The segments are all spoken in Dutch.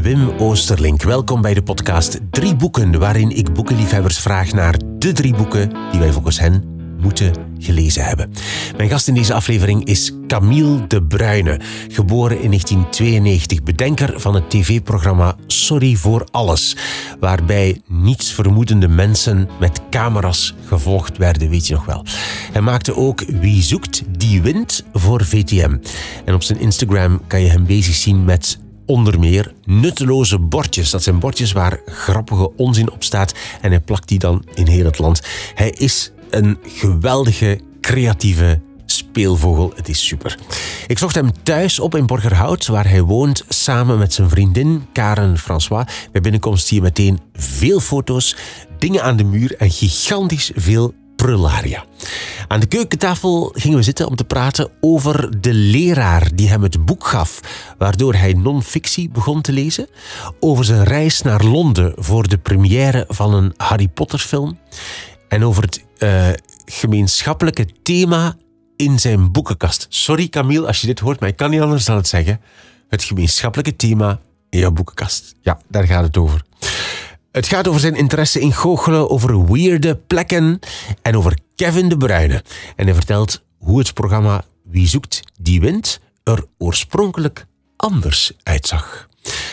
Wim Oosterlink. Welkom bij de podcast 3 boeken, waarin ik boekenliefhebbers vraag naar de 3 boeken die wij volgens hen moeten gelezen hebben. Mijn gast in deze aflevering is Camille de Bruyne, geboren in 1992, bedenker van het tv-programma Sorry voor Alles, waarbij nietsvermoedende mensen met camera's gevolgd werden, weet je nog wel. Hij maakte ook Wie zoekt, die wint voor VTM. En op zijn Instagram kan je hem bezig zien met onder meer nutteloze bordjes. Dat zijn bordjes waar grappige onzin op staat en hij plakt die dan in heel het land. Hij is een geweldige, creatieve speelvogel. Het is super. Ik zocht hem thuis op in Borgerhout, waar hij woont, samen met zijn vriendin Karen François. Bij binnenkomst zie je meteen veel foto's, dingen aan de muur en gigantisch veel prularia. Aan de keukentafel gingen we zitten om te praten over de leraar die hem het boek gaf, waardoor hij non-fictie begon te lezen, over zijn reis naar Londen voor de première van een Harry Potter film en over het gemeenschappelijke thema in zijn boekenkast. Sorry Camille als je dit hoort, maar ik kan niet anders dan het zeggen. Het gemeenschappelijke thema in jouw boekenkast. Ja, daar gaat het over. Het gaat over zijn interesse in goochelen, over weirde plekken en over Kevin de Bruyne. En hij vertelt hoe het programma Wie zoekt, die wint er oorspronkelijk anders uitzag.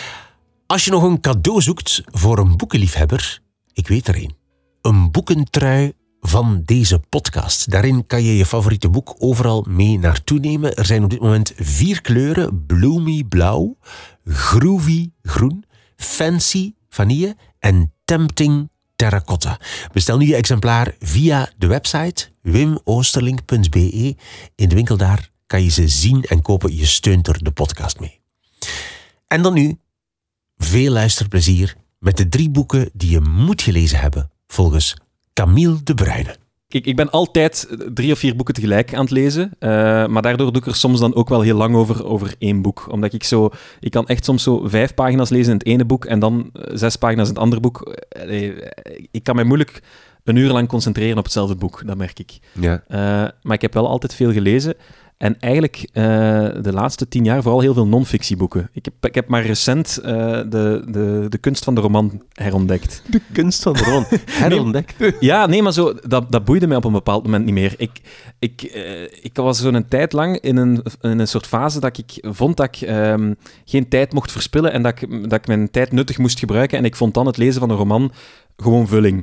Als je nog een cadeau zoekt voor een boekenliefhebber, ik weet er een. Een boekentrui van deze podcast. Daarin kan je je favoriete boek overal mee naartoe nemen. Er zijn op dit moment 4 kleuren. Bloomy blauw, groovy groen, fancy vanille en tempting terracotta. Bestel nu je exemplaar via de website wimoosterlink.be. In de winkel daar kan je ze zien en kopen. Je steunt er de podcast mee. En dan nu, veel luisterplezier met de 3 boeken die je moet gelezen hebben volgens Camille de Bruyne. Ik ben altijd 3 of 4 boeken tegelijk aan het lezen, maar daardoor doe ik er soms dan ook wel heel lang over 1 boek. Omdat ik kan echt soms zo 5 pagina's lezen in het ene boek en dan 6 pagina's in het andere boek. Ik kan mij moeilijk een uur lang concentreren op hetzelfde boek, dat merk ik. Ja. Maar ik heb wel altijd veel gelezen. En eigenlijk de laatste 10 jaar vooral heel veel non-fictieboeken. Ik heb maar recent de kunst van de roman herontdekt. De kunst van de roman herontdekt? Nee, maar zo, dat boeide mij op een bepaald moment niet meer. Ik was zo'n tijd lang in een soort fase dat ik vond dat ik geen tijd mocht verspillen en dat ik mijn tijd nuttig moest gebruiken. En ik vond dan het lezen van een roman gewoon vulling.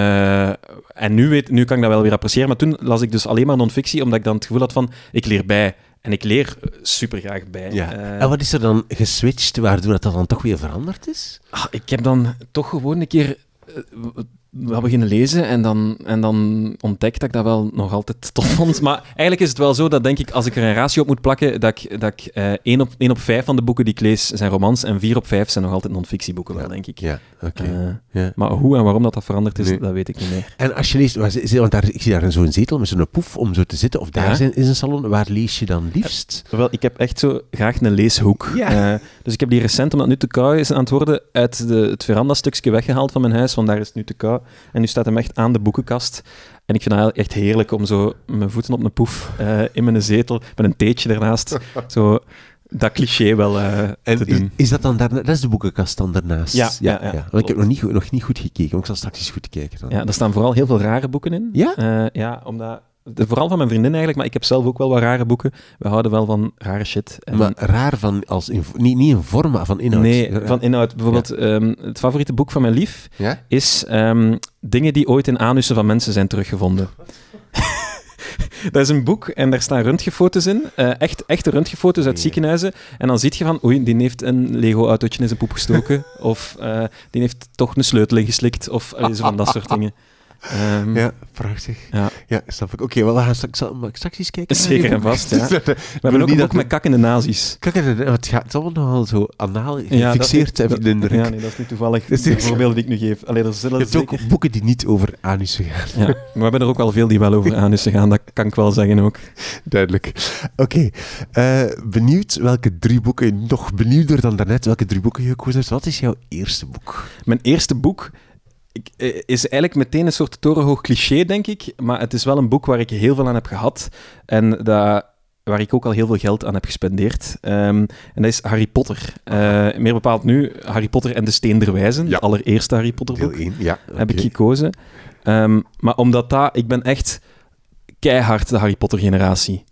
En nu kan ik dat wel weer appreciëren, maar toen las ik dus alleen maar non-fictie, omdat ik dan het gevoel had van, ik leer bij. En ik leer super graag bij. Ja. En wat is er dan geswitcht, waardoor dat dan toch weer veranderd is? Ik heb dan toch gewoon een keer wel beginnen lezen en dan ontdekt dat ik dat wel nog altijd tof vond. Maar eigenlijk is het wel zo dat, denk ik, als ik er een ratio op moet plakken, dat ik 1 op 5 van de boeken die ik lees zijn romans en 4 op 5 zijn nog altijd non-fictieboeken wel, denk ik. Ja, oké. Maar hoe en waarom dat veranderd is, dat weet ik niet meer. En als je leest, want ik zie daar zo'n zetel met zo'n poef om zo te zitten, of daar is een salon, waar lees je dan liefst? Wel, ik heb echt zo graag een leeshoek. Ja. Dus ik heb die recent, omdat het nu te koud is aan het worden, uit het veranda-stukje weggehaald van mijn huis, want daar is het nu te koud. En nu staat hem echt aan de boekenkast. En ik vind het echt heerlijk om zo mijn voeten op een poef in mijn zetel, met een theetje ernaast, zo dat cliché wel te doen. Is dat dan dat is de boekenkast dan daarnaast? Ja. Want ik heb nog niet goed gekeken, maar ik zal straks eens goed kijken. Dan. Ja, er staan vooral heel veel rare boeken in. Ja? Omdat... Vooral van mijn vriendin eigenlijk, maar ik heb zelf ook wel wat rare boeken. We houden wel van rare shit. Maar raar van, niet in vorm, maar van inhoud? Nee, van inhoud. Bijvoorbeeld, het favoriete boek van mijn lief is Dingen die ooit in anussen van mensen zijn teruggevonden. Dat is een boek en daar staan röntgenfoto's in. Echte röntgenfoto's uit ziekenhuizen. En dan zie je van, oei, die heeft een Lego-autootje in zijn poep gestoken. Of die heeft toch een sleutel ingeslikt. Of zo van dat soort dingen. Ja, prachtig. Ja, snap ik. Oké, wel, mag ik straks eens kijken? Zeker en vast, ja. We hebben ook een boek met kakkende nazi's. Het zal nogal zo anaal gefixeerd, heb ik de indruk. Ja, nee, dat is niet toevallig de voorbeelden die ik nu geef. Allee, er zullen je hebt ook boeken die niet over anussen gaan. Ja, maar we hebben er ook wel veel die wel over anussen gaan, dat kan ik wel zeggen ook. Duidelijk. Oké, benieuwd welke 3 boeken, nog benieuwder dan daarnet, welke 3 boeken je gekozen hebt. Wat is jouw eerste boek? Mijn eerste boek is eigenlijk meteen een soort torenhoog cliché, denk ik. Maar het is wel een boek waar ik heel veel aan heb gehad. En dat waar ik ook al heel veel geld aan heb gespendeerd. En dat is Harry Potter. Meer bepaald nu Harry Potter en de Steen der Wijzen. Ja. Het allereerste Harry Potter boek. Deel 1, ja. Okay. Heb ik gekozen. Maar omdat ik ben echt keihard de Harry Potter generatie.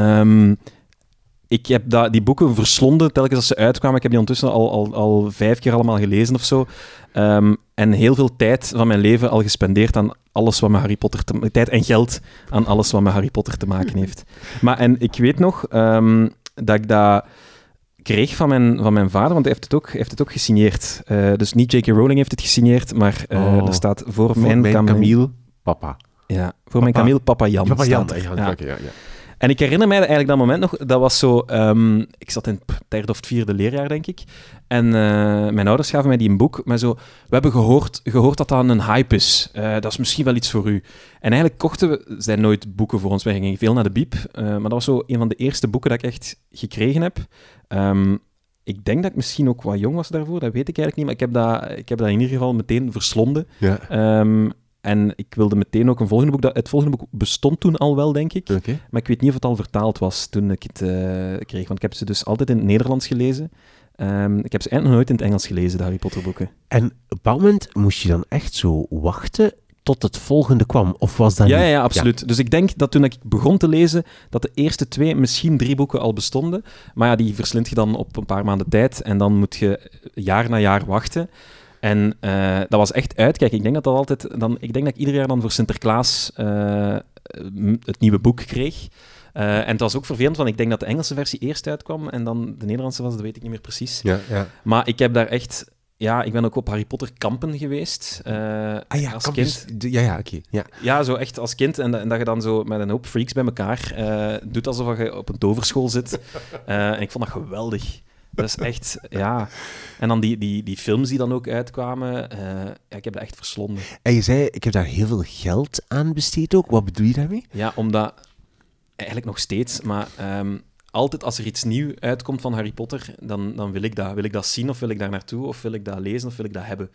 Ik heb die boeken verslonden telkens als ze uitkwamen. Ik heb die ondertussen al 5 keer allemaal gelezen of zo. En heel veel tijd van mijn leven al gespendeerd aan alles wat met Harry Potter tijd en geld aan alles wat met Harry Potter te maken heeft. En ik weet nog dat ik dat kreeg van mijn vader, want hij heeft het ook gesigneerd. Dus niet J.K. Rowling heeft het gesigneerd, maar er staat voor mijn Camille, papa. Ja, voor mijn Camille, papa Jan. Papa Jan, ja. Ja. En ik herinner mij eigenlijk dat moment nog, dat was zo... ik zat in het 3e of 4e leerjaar, denk ik. En mijn ouders gaven mij die een boek, maar zo... We hebben gehoord dat dat een hype is. Dat is misschien wel iets voor u. En eigenlijk kochten zij nooit boeken voor ons. Wij gingen veel naar de bieb. Maar dat was zo een van de eerste boeken dat ik echt gekregen heb. Ik denk dat ik misschien ook wat jong was daarvoor, dat weet ik eigenlijk niet. Maar ik heb dat in ieder geval meteen verslonden. Ja. En ik wilde meteen ook een volgende boek. Het volgende boek bestond toen al wel, denk ik. Okay. Maar ik weet niet of het al vertaald was toen ik het kreeg. Want ik heb ze dus altijd in het Nederlands gelezen. Ik heb ze eigenlijk nog nooit in het Engels gelezen, de Harry Potter boeken. En op een bepaald moment moest je dan echt zo wachten tot het volgende kwam? Of was dat niet? Ja, absoluut. Ja. Dus ik denk dat toen ik begon te lezen, dat de eerste 2, misschien 3 boeken al bestonden. Maar ja, die verslind je dan op een paar maanden tijd. En dan moet je jaar na jaar wachten. En dat was echt uitkijken. Ik denk dat ik ieder jaar dan voor Sinterklaas het nieuwe boek kreeg. En het was ook vervelend, want ik denk dat de Engelse versie eerst uitkwam en dan de Nederlandse was, dat weet ik niet meer precies. Ja. Maar ik heb daar echt... Ja, ik ben ook op Harry Potter kampen geweest. Als kind. Oké. Ja, zo echt als kind. En dat je dan zo met een hoop freaks bij elkaar doet alsof je op een toverschool zit. En ik vond dat geweldig. Dat is echt, ja... En dan die films die dan ook uitkwamen, ik heb dat echt verslonden. En je zei, ik heb daar heel veel geld aan besteed ook. Wat bedoel je daarmee? Ja, omdat... Eigenlijk nog steeds, maar altijd als er iets nieuws uitkomt van Harry Potter, dan wil ik dat. Wil ik dat zien of wil ik daar naartoe? Of wil ik dat lezen of wil ik dat hebben?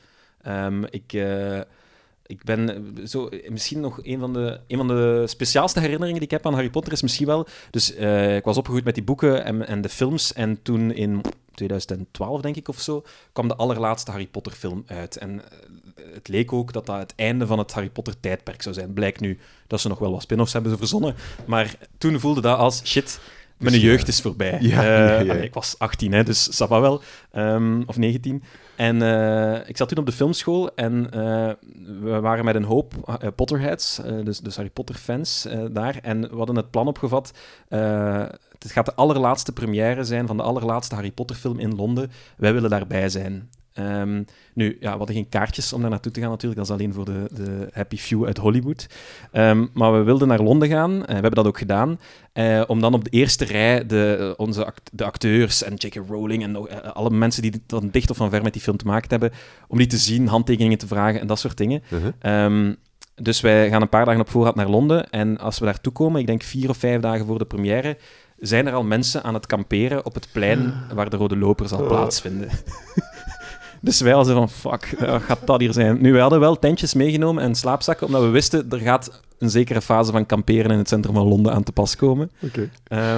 Ik ben zo... Misschien nog een van de speciaalste herinneringen die ik heb aan Harry Potter is misschien wel... Dus ik was opgegroeid met die boeken en de films. En toen in 2012, denk ik, of zo, kwam de allerlaatste Harry Potter film uit. En het leek ook dat het einde van het Harry Potter tijdperk zou zijn. Blijkt nu dat ze nog wel wat spin-offs hebben verzonnen. Maar toen voelde dat als... Shit, mijn jeugd is voorbij. Ik was 18, hè, dus ça va wel. Of 19. En ik zat toen op de filmschool en we waren met een hoop Potterheads, dus Harry Potter-fans daar. En we hadden het plan opgevat. Het gaat de allerlaatste première zijn van de allerlaatste Harry Potter-film in Londen. Wij willen daarbij zijn. Nu, ja, we hadden geen kaartjes om daar naartoe te gaan natuurlijk. Dat is alleen voor de happy few uit Hollywood. Maar we wilden naar Londen gaan. We hebben dat ook gedaan. Om dan op de eerste rij de acteurs en J.K. Rowling en alle mensen die dan dicht of van ver met die film te maken hebben, om die te zien, handtekeningen te vragen en dat soort dingen. Dus wij gaan een paar dagen op voorhand naar Londen. En als we daartoe komen, ik denk 4 of 5 dagen voor de première, zijn er al mensen aan het kamperen op het plein waar de Rode Loper zal plaatsvinden. Dus wij hadden van, fuck, gaat dat hier zijn? Nu, wij hadden wel tentjes meegenomen en slaapzakken, omdat we wisten, er gaat een zekere fase van kamperen in het centrum van Londen aan te pas komen. Okay.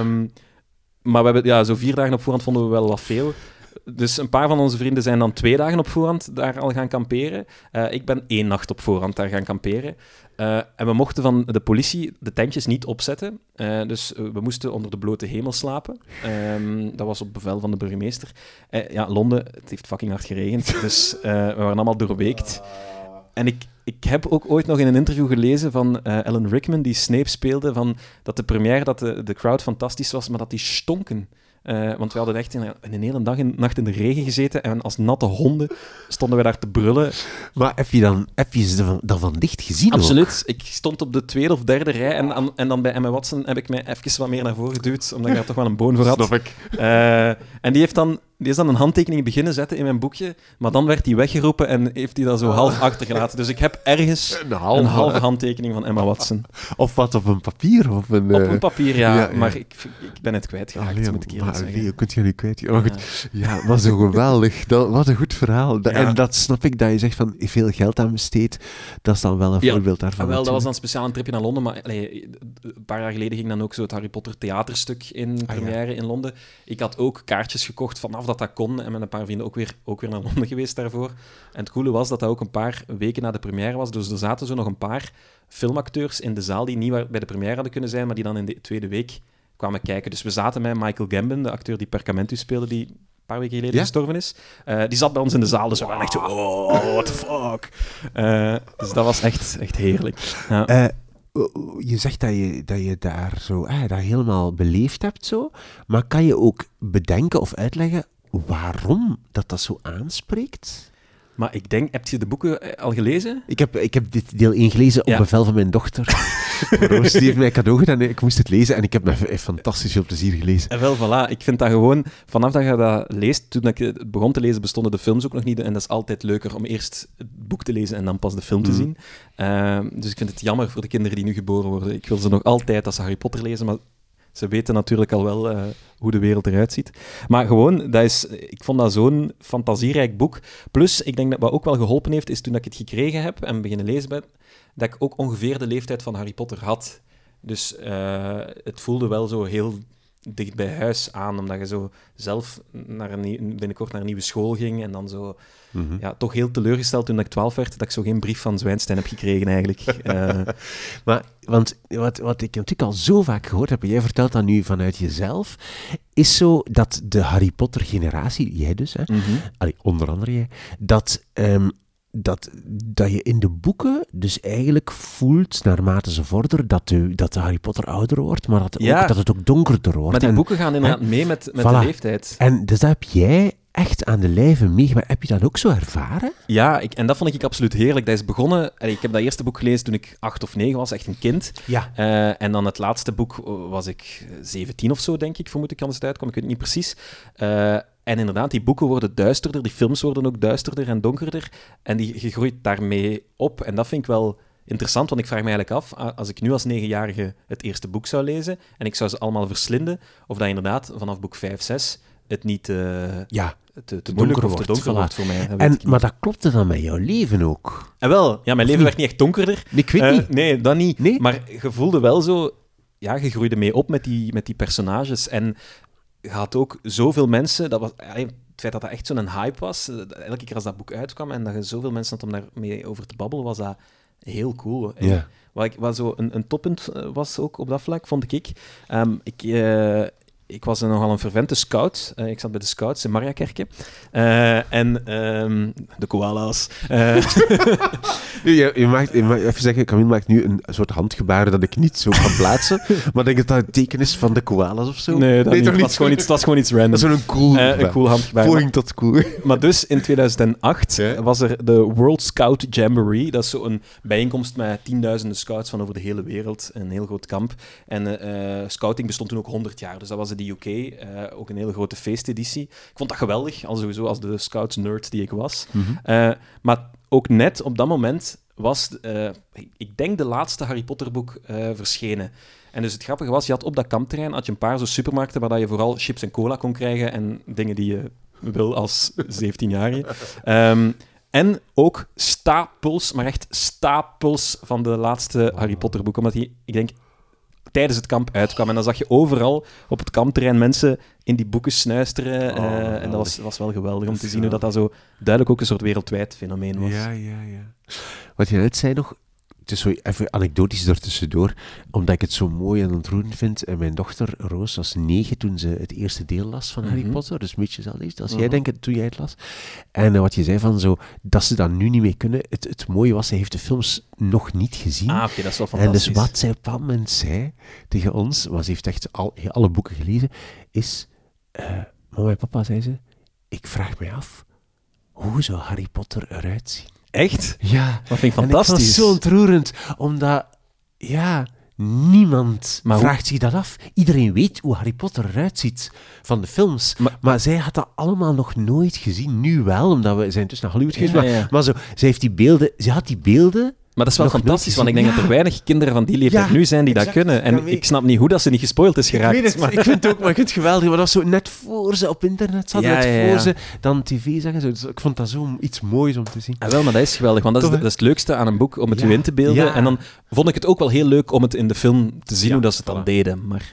Maar we hebben, zo 4 dagen op voorhand vonden we wel wat veel. Dus een paar van onze vrienden zijn dan 2 dagen op voorhand daar al gaan kamperen. Ik ben 1 nacht op voorhand daar gaan kamperen. En we mochten van de politie de tentjes niet opzetten. Dus we moesten onder de blote hemel slapen. Dat was op bevel van de burgemeester. Londen, het heeft fucking hard geregend. Dus we waren allemaal doorweekt. En ik heb ook ooit nog in een interview gelezen van Alan Rickman, die Snape speelde, dat de première, dat de crowd fantastisch was, maar dat die stonken. Want we hadden echt een hele nacht in de regen gezeten en als natte honden stonden we daar te brullen. Maar heb je ze daarvan dicht gezien? Absoluut. Ook? Ik stond op de 2e of 3e rij en dan bij Emma Watson heb ik mij even wat meer naar voren geduwd, omdat ik daar toch wel een boon voor had. Snap ik. En die heeft dan Die is dan een handtekening beginnen zetten in mijn boekje, maar dan werd hij weggeroepen en heeft hij dat zo half achtergelaten. Dus ik heb ergens een halve handtekening van Emma Watson. Of wat, op een papier? Of een, op een papier, ja. Maar ik ben het kwijtgeraakt, moet ik eerlijk zeggen. Hoe kun je nu kwijt? Maar goed, ja, wat zo geweldig. Wat een goed verhaal. En dat snap ik, dat je zegt van veel geld aan besteed. Dat is dan wel een voorbeeld daarvan. Wel, dat was dan speciaal een tripje naar Londen, maar een paar jaar geleden ging dan ook zo het Harry Potter theaterstuk in première in Londen. Ik had ook kaartjes gekocht vanaf dat kon en met een paar vrienden ook weer naar Londen geweest daarvoor. En het coole was dat ook een paar weken na de première was, dus er zaten zo nog een paar filmacteurs in de zaal die niet bij de première hadden kunnen zijn, maar die dan in de tweede week kwamen kijken. Dus we zaten met Michael Gambon, de acteur die Perkamentus speelde, die een paar weken geleden gestorven is. Die zat bij ons in de zaal, dus we waren echt zo, what the fuck. Dus dat was echt heerlijk. Ja. Je zegt dat je daar zo, dat helemaal beleefd hebt, zo. Maar kan je ook bedenken of uitleggen waarom dat zo aanspreekt? Maar ik denk, heb je de boeken al gelezen? Ik heb dit deel 1 gelezen op bevel van mijn dochter. Roos, die heeft mij cadeau gedaan. Ik moest het lezen en ik heb met fantastisch veel plezier gelezen. En wel, voilà. Ik vind dat gewoon, vanaf dat je dat leest, toen ik het begon te lezen, bestonden de films ook nog niet. En dat is altijd leuker om eerst het boek te lezen en dan pas de film te zien. Dus ik vind het jammer voor de kinderen die nu geboren worden. Ik wil ze nog altijd als ze Harry Potter lezen, maar ze weten natuurlijk al wel hoe de wereld eruit ziet. Maar gewoon, ik vond dat zo'n fantasierijk boek. Plus, ik denk dat wat ook wel geholpen heeft, is toen ik het gekregen heb en beginnen lezen ben, dat ik ook ongeveer de leeftijd van Harry Potter had. Dus het voelde wel zo heel dicht bij huis aan, omdat je zo zelf binnenkort naar een nieuwe school ging en dan zo toch heel teleurgesteld toen ik 12 werd, dat ik zo geen brief van Zwijnstein heb gekregen eigenlijk. Maar, want wat ik natuurlijk al zo vaak gehoord heb, en jij vertelt dat nu vanuit jezelf, is zo dat de Harry Potter generatie, jij dus, hè, onder andere jij, dat je in de boeken dus eigenlijk voelt, naarmate ze vorderen, dat de Harry Potter ouder wordt, maar dat het ook donkerder wordt. Maar die boeken gaan inderdaad mee met de leeftijd. En dus dat heb jij echt aan de lijve meegemaakt. Heb je dat ook zo ervaren? Ja, en dat vond ik absoluut heerlijk. Dat is begonnen... Ik heb dat eerste boek gelezen toen ik 8 of 9 was, echt een kind. Ja. En dan het laatste boek was ik 17 of zo, denk ik, vermoed ik, als het uitkwam. Ik weet het niet precies. En inderdaad, die boeken worden duisterder, die films worden ook duisterder en donkerder. En je groeit daarmee op. En dat vind ik wel interessant, want ik vraag me eigenlijk af, als ik nu als 9-jarige het eerste boek zou lezen en ik zou ze allemaal verslinden, of dat inderdaad vanaf boek 5, 6 het niet te moeilijk of te donker wordt voor mij. Maar dat klopte dan met jouw leven ook? En wel, ja, mijn leven werd niet echt donkerder. Ik weet niet. Nee, dat niet. Nee? Maar je voelde wel zo... Ja, je groeide mee op met die personages. En je had ook zoveel mensen... Het feit dat dat echt zo'n hype was, elke keer als dat boek uitkwam en dat je zoveel mensen had om daarmee over te babbelen, was dat heel cool. Ja. Wat zo een toppunt was ook op dat vlak, vond ik. Ik was nogal een fervente scout. Ik zat bij de scouts in Mariakerke. En de koala's. Je mag even zeggen, Camille maakt nu een soort handgebaren dat ik niet zo kan plaatsen. Maar denk dat dat een teken is van de koala's of zo? Nee, dat niet. Het was gewoon iets random. Dat is een cool handgebaar. Poging tot cool. Maar dus in 2008 was er de World Scout Jamboree. Dat is zo'n bijeenkomst met 10.000 scouts van over de hele wereld. Een heel groot kamp. En scouting bestond toen ook 100 jaar. Dus dat was de UK. Ook een hele grote feesteditie. Ik vond dat geweldig, sowieso als de scouts-nerd die ik was. Maar ook net op dat moment was, ik denk, de laatste Harry Potter boek verschenen. En dus het grappige was, je had op dat kampterrein had je een paar zo supermarkten waar je vooral chips en cola kon krijgen en dingen die je wil als 17-jarige. En ook stapels, maar echt stapels van de laatste Harry Potter boeken. Omdat die, ik denk, tijdens het kamp uitkwam. En dan zag je overal op het kampterrein mensen in die boeken snuisteren. En dat was wel geweldig om te zien hoe dat zo duidelijk ook een soort wereldwijd fenomeen was. Ja. Wat je net zei nog, het is zo even anekdotisch ertussendoor, omdat ik het zo mooi en ontroerend vind. En mijn dochter Roos was 9 toen ze het eerste deel las van Harry Potter, dus een beetje hetzelfde als jij denkt toen jij het las. En wat je zei van zo, dat ze dat nu niet meer kunnen. Het mooie was, ze heeft de films nog niet gezien. Oké, dat is wel fantastisch. En dus wat zij op dat moment zei tegen ons, want ze heeft echt alle boeken gelezen, is, mama en papa, zei ze, ik vraag me af, hoe zou Harry Potter eruit zien? Echt? Ja. Dat vind ik fantastisch. En ik vond het zo ontroerend, omdat, ja, Niemand vraagt zich dat af. Iedereen weet hoe Harry Potter eruit ziet van de films. Maar zij had dat allemaal nog nooit gezien. Nu wel, omdat we zijn dus naar Hollywood geweest. Maar zo, zij had die beelden... Maar dat is wel fantastisch, want ik denk dat er weinig kinderen van die leeftijd nu zijn die dat kunnen. En ik snap niet hoe dat ze niet gespoild is geraakt. Ik weet het, ik vind het ook, maar ik vind het geweldig. Maar dat was zo net voor ze op internet zat, voor ze dan tv zagen. Dus ik vond dat zo iets moois om te zien. Ja, wel, maar dat is geweldig, want dat is het leukste aan een boek, om het je in te beelden. Ja. En dan vond ik het ook wel heel leuk om het in de film te zien, hoe dat ze het dan deden. Maar,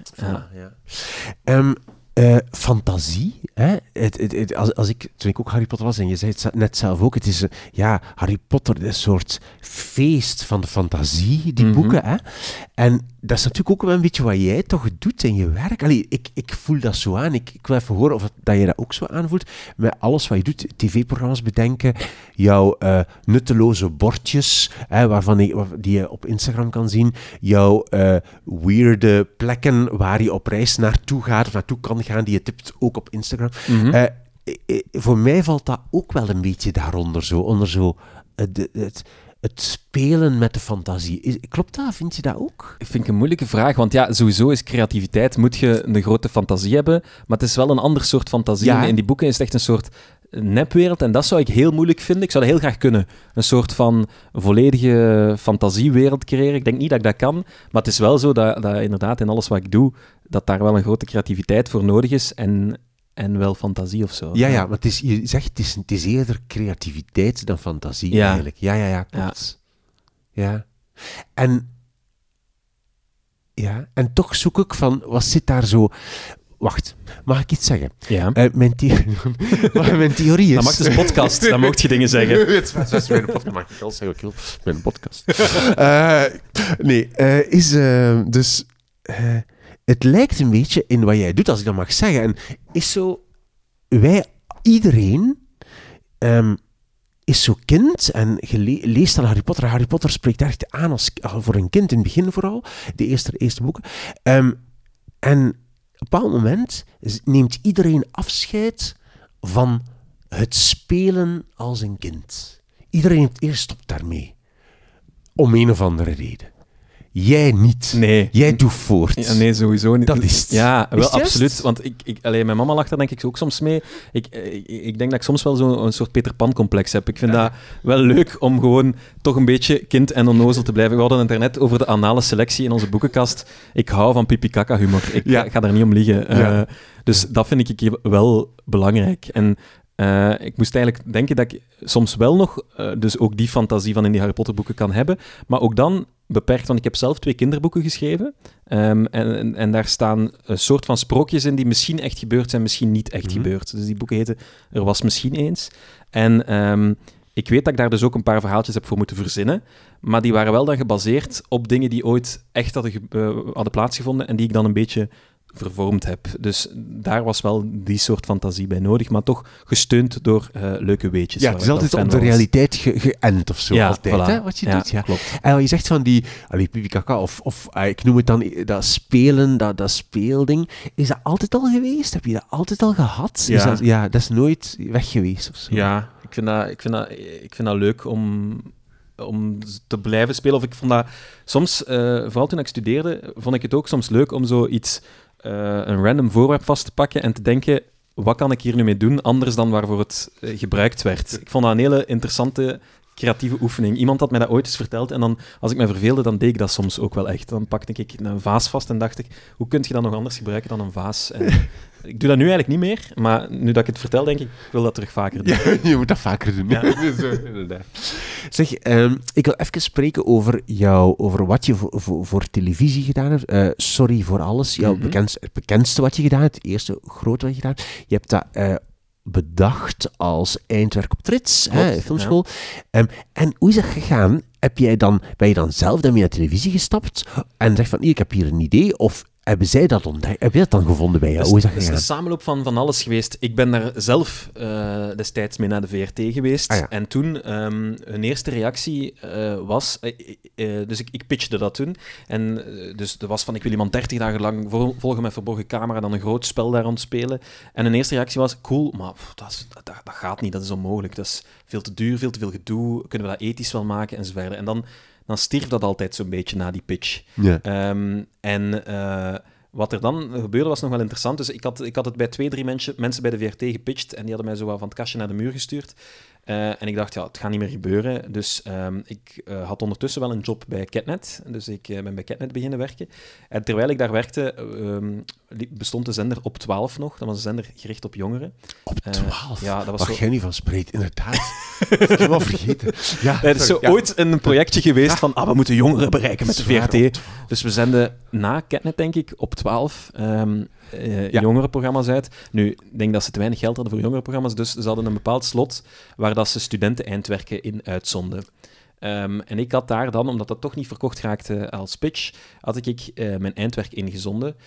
fantasie, hè? Toen ik ook Harry Potter las, en je zei het net zelf ook, het is Harry Potter, een soort feest van de fantasie, die boeken. Hè? En dat is natuurlijk ook wel een beetje wat jij toch doet in je werk. Allee, ik voel dat zo aan. Ik wil even horen of dat je dat ook zo aanvoelt. Met alles wat je doet, tv-programma's bedenken, jouw nutteloze bordjes, die je op Instagram kan zien, jouw weirde plekken waar je op reis naartoe gaat of naartoe kan gaan, die je tipt ook op Instagram. Voor mij valt dat ook wel een beetje daaronder, zo, onder zo het spelen met de fantasie. Klopt dat? Vind je dat ook? Ik vind het een moeilijke vraag, want sowieso is creativiteit, moet je een grote fantasie hebben, maar het is wel een ander soort fantasie. Ja. In die boeken is het echt een soort nepwereld, en dat zou ik heel moeilijk vinden. Ik zou dat heel graag kunnen. Een soort van volledige fantasiewereld creëren. Ik denk niet dat ik dat kan, maar het is wel zo dat inderdaad in alles wat ik doe, dat daar wel een grote creativiteit voor nodig is en wel fantasie of zo. Ja, maar je zegt het is eerder creativiteit dan fantasie eigenlijk. Ja, klopt. Ja. En toch zoek ik van, wat zit daar zo... Wacht, mag ik iets zeggen? Ja. Mijn theorie is... Dat mag dus podcast, dan mocht je dingen zeggen. Het is mijn podcast, mag ik al zeggen. Mijn podcast. Het lijkt een beetje in wat jij doet, als ik dat mag zeggen. En is zo... Iedereen is zo kind en je leest dan Harry Potter. Harry Potter spreekt echt aan als voor een kind, in het begin vooral. De eerste boeken. En op een bepaald moment neemt iedereen afscheid van het spelen als een kind. Iedereen heeft eerst stopt daarmee. Om een of andere reden. Jij niet. Nee. Jij doet voort. Ja, nee, sowieso niet. Dat is het. Ja, wel absoluut. Want mijn mama lacht daar denk ik ook soms mee. Ik denk dat ik soms wel zo'n soort Peter Pan-complex heb. Ik vind dat wel leuk om gewoon toch een beetje kind en onnozel te blijven. We hadden het er net over de anale selectie in onze boekenkast. Ik hou van pipi-kaka-humor. Ik ga daar niet om liegen. Dus dat vind ik wel belangrijk. En ik moest eigenlijk denken dat ik soms wel nog dus ook die fantasie van in die Harry Potter boeken kan hebben, maar ook dan beperkt, want ik heb zelf 2 kinderboeken geschreven en daar staan een soort van sprookjes in die misschien echt gebeurd zijn, misschien niet echt gebeurd. Dus die boeken heten Er was misschien eens. En ik weet dat ik daar dus ook een paar verhaaltjes heb voor moeten verzinnen, maar die waren wel dan gebaseerd op dingen die ooit echt hadden plaatsgevonden en die ik dan een beetje vervormd heb. Dus daar was wel die soort fantasie bij nodig, maar toch gesteund door leuke weetjes. Ja, het is altijd op de realiteit geënt of zo. Ja, altijd, voilà. Hè, wat je doet. Ja, klopt. En je zegt van die pipi-kaka of ik noem het dan dat spelen, dat speelding. Is dat altijd al geweest? Heb je dat altijd al gehad? Ja. Dat is nooit weg geweest of zo? Ja, ik vind dat leuk om te blijven spelen. Of ik vond dat soms, vooral toen ik studeerde, vond ik het ook soms leuk om zoiets, een random voorwerp vast te pakken en te denken, wat kan ik hier nu mee doen, anders dan waarvoor het gebruikt werd. Ik vond dat een hele interessante, creatieve oefening. Iemand had mij dat ooit eens verteld en dan, als ik me verveelde, dan deed ik dat soms ook wel echt. Dan pakte ik een vaas vast en dacht ik, hoe kun je dat nog anders gebruiken dan een vaas? En ik doe dat nu eigenlijk niet meer, maar nu dat ik het vertel, denk ik, ik wil dat terug vaker doen. Ja, je moet dat vaker doen. Ja. Zeg, ik wil even spreken over wat je voor televisie gedaan hebt. Sorry voor alles. Het bekendste wat je gedaan hebt, het eerste grote wat je gedaan hebt. Je hebt dat bedacht als eindwerk op Trits, filmschool. Ja. En hoe is dat gegaan? Ben je dan zelf daarmee naar televisie gestapt en zegt van, ik heb hier een idee, of hebben zij dat ontdekt? Heb je dat dan gevonden bij jou? Hoe is dat gegaan? Het is een samenloop van alles geweest. Ik ben daar zelf destijds mee naar de VRT geweest. Ah, ja. En toen, hun eerste reactie was... dus ik pitchte dat toen. En dus er was van, ik wil iemand 30 dagen lang volgen met verborgen camera, dan een groot spel daar rond spelen. En hun eerste reactie was, cool, maar dat gaat niet, dat is onmogelijk. Dat is veel te duur, veel te veel gedoe. Kunnen we dat ethisch wel maken? En zo verder. En dan dan stierf dat altijd zo'n beetje na die pitch. Ja. Wat er dan gebeurde was nog wel interessant. Dus ik had het bij 2-3 mensen bij de VRT gepitcht en die hadden mij zo wat van het kastje naar de muur gestuurd. En ik dacht, het gaat niet meer gebeuren. Dus ik had ondertussen wel een job bij Catnet. Dus ik ben bij Catnet beginnen werken. En terwijl ik daar werkte, bestond de zender Op 12 nog. Dat was een zender gericht op jongeren. Op 12? Ja, dat was waar jij nu van spreekt, inderdaad. Dat heb ik wel vergeten. Ja, er is ooit een projectje geweest van, we moeten jongeren bereiken met de VRT. Dus we zenden na Catnet, denk ik, Op 12... jongerenprogramma's uit. Nu, ik denk dat ze te weinig geld hadden voor jongerenprogramma's, dus ze hadden een bepaald slot waar dat ze studenten-eindwerken in uitzonden. En ik had daar dan, omdat dat toch niet verkocht raakte als pitch, had ik mijn eindwerk ingezonden.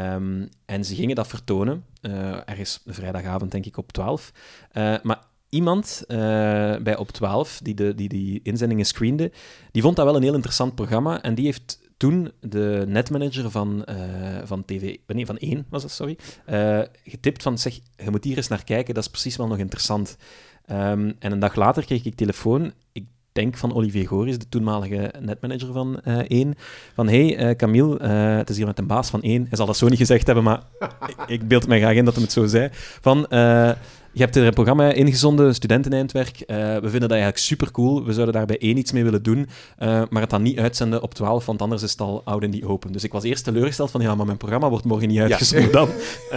En ze gingen dat vertonen, ergens vrijdagavond, denk ik, op 12. Maar iemand bij Op 12, die inzendingen screende, die vond dat wel een heel interessant programma en die heeft toen de netmanager van TV... Nee, van 1 was dat, sorry. Getipt van, zeg, je moet hier eens naar kijken, dat is precies wel nog interessant. En een dag later kreeg ik telefoon, ik denk van Olivier Goris, de toenmalige netmanager van 1, van hey, Camille, het is hier met een baas van 1. Hij zal dat zo niet gezegd hebben, maar ik beeld mij graag in dat hij het zo zei. Van... je hebt er een programma ingezonden, studenteneindwerk. We vinden dat eigenlijk supercool. We zouden daar bij 1 iets mee willen doen, maar het dan niet uitzenden op 12, want anders is het al out in the open. Dus ik was eerst teleurgesteld van, maar mijn programma wordt morgen niet uitgezonden dan.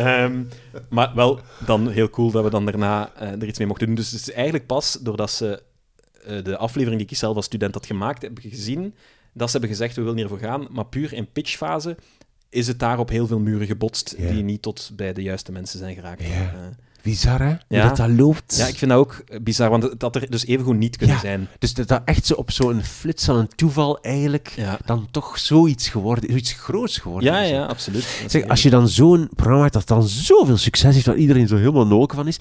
Maar wel dan heel cool dat we dan daarna er iets mee mochten doen. Dus het is eigenlijk pas doordat ze de aflevering die ik zelf als student had gemaakt, heb gezien dat ze hebben gezegd, we willen hiervoor gaan, maar puur in pitchfase is het daar op heel veel muren gebotst die niet tot bij de juiste mensen zijn geraakt. Ja. Bizar, hè? Hoe dat loopt. Ja, ik vind dat ook bizar, want het had er dus evengoed niet kunnen zijn. Dus dat echt zo op zo'n flits van een toeval eigenlijk dan toch zoiets geworden, zoiets groots geworden is. Ja, absoluut. Zeg, als je dan zo'n programma hebt dat dan zoveel succes heeft, waar iedereen zo helemaal nolken van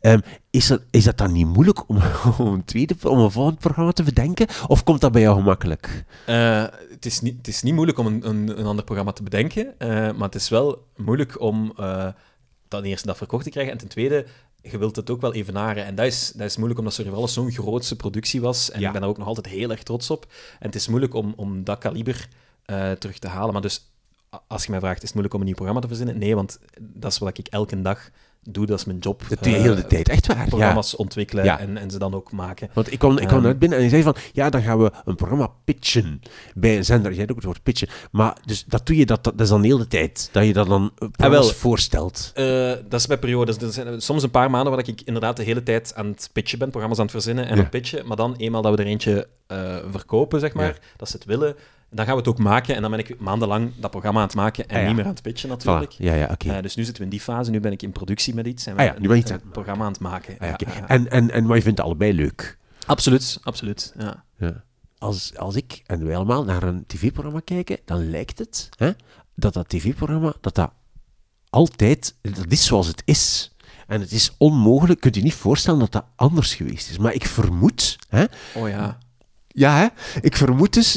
is dat dan niet moeilijk om een volgend programma te bedenken? Of komt dat bij jou gemakkelijk? Het is niet moeilijk om een ander programma te bedenken, maar het is wel moeilijk om... ten eerste dat verkocht te krijgen, en ten tweede, je wilt het ook wel evenaren. En dat is moeilijk, omdat Sorry zo'n grootse productie was, en ik ben daar ook nog altijd heel erg trots op. En het is moeilijk om dat kaliber terug te halen. Maar dus, als je mij vraagt, is het moeilijk om een nieuw programma te verzinnen? Nee, want dat is wat ik elke dag doe, dat is mijn job. Dat doe je heel de tijd, echt waar. Programma's ontwikkelen en ze dan ook maken. Want ik kwam net binnen en je zei van, dan gaan we een programma pitchen bij een zender. Jij hebt ook het woord pitchen. Maar dus dat doe je, dat is dan heel de tijd, dat je dat dan programma's voorstelt. Dat is bij periodes. Er zijn soms een paar maanden waar ik inderdaad de hele tijd aan het pitchen ben, programma's aan het verzinnen en aan het pitchen, maar dan eenmaal dat we er eentje verkopen, zeg maar, dat ze het willen, dan gaan we het ook maken en dan ben ik maandenlang dat programma aan het maken en niet meer aan het pitchen natuurlijk. Voilà. Okay. Dus nu zitten we in die fase, nu ben ik in productie met iets en nu ben je een programma aan het maken. Maar je vindt het allebei leuk? Absoluut. Ja. Als ik en wij allemaal naar een tv-programma kijken, dan lijkt het dat tv-programma, dat altijd, dat is zoals het is. En het is onmogelijk, kunt je niet voorstellen dat dat anders geweest is. Maar ik vermoed... Oh ja. Ja, ik vermoed dus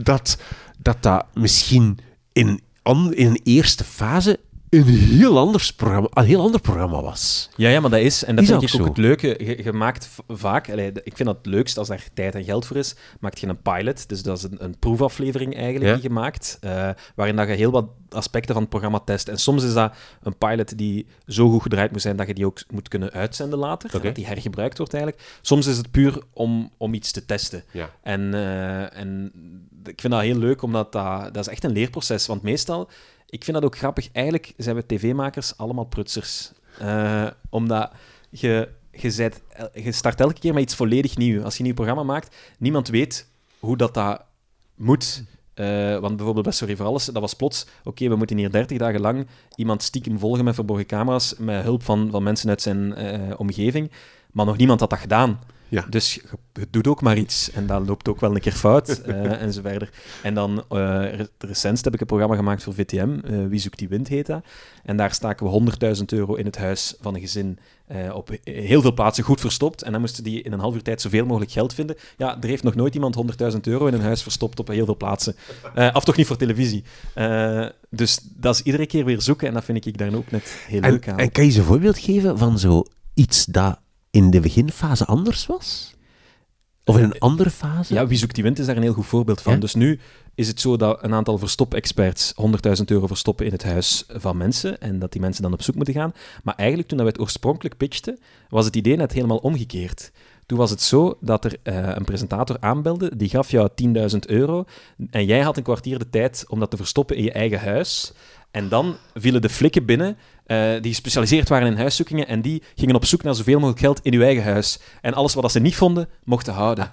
dat misschien in een eerste fase een heel ander programma was. Ja, maar dat is, en dat vind ik ook het leuke. Je maakt vaak, ik vind dat het leukst als daar tijd en geld voor is, maakt je een pilot, dus dat is een proefaflevering eigenlijk die je maakt, waarin dat je heel wat aspecten van het programma test. En soms is dat een pilot die zo goed gedraaid moet zijn dat je die ook moet kunnen uitzenden later, dat die hergebruikt wordt eigenlijk. Soms is het puur om iets te testen. Ja. En ik vind dat heel leuk, omdat dat is echt een leerproces, want meestal... Ik vind dat ook grappig. Eigenlijk zijn we tv-makers allemaal prutsers. Omdat je start elke keer met iets volledig nieuw. Als je een nieuw programma maakt, niemand weet hoe dat moet. Want bijvoorbeeld bij Sorry voor Alles, dat was plots... Oké, we moeten hier 30 dagen lang iemand stiekem volgen met verborgen camera's, met hulp van mensen uit zijn omgeving. Maar nog niemand had dat gedaan. Ja. Dus je doet ook maar iets. En dat loopt ook wel een keer fout, en zo verder. En dan, recent heb ik een programma gemaakt voor VTM, Wie zoekt die wind heet dat. En daar staken we €100.000 in het huis van een gezin op heel veel plaatsen goed verstopt. En dan moesten die in een half uur tijd zoveel mogelijk geld vinden. Ja, er heeft nog nooit iemand €100.000 in een huis verstopt op heel veel plaatsen. Of toch niet voor televisie. Dus dat is iedere keer weer zoeken en dat vind ik daar ook net heel leuk aan. En kan je eens een voorbeeld geven van zoiets dat in de beginfase anders was? Of in een andere fase? Ja, Wie zoekt die wind is daar een heel goed voorbeeld van. Ja? Dus nu is het zo dat een aantal verstop-experts 100.000 euro verstoppen in het huis van mensen en dat die mensen dan op zoek moeten gaan. Maar eigenlijk, toen we het oorspronkelijk pitchten, was het idee net helemaal omgekeerd. Toen was het zo dat er een presentator aanbelde, die gaf jou 10.000 euro en jij had een kwartier de tijd om dat te verstoppen in je eigen huis. En dan vielen de flikken binnen die gespecialiseerd waren in huiszoekingen en die gingen op zoek naar zoveel mogelijk geld in uw eigen huis. En alles wat ze niet vonden, mochten houden.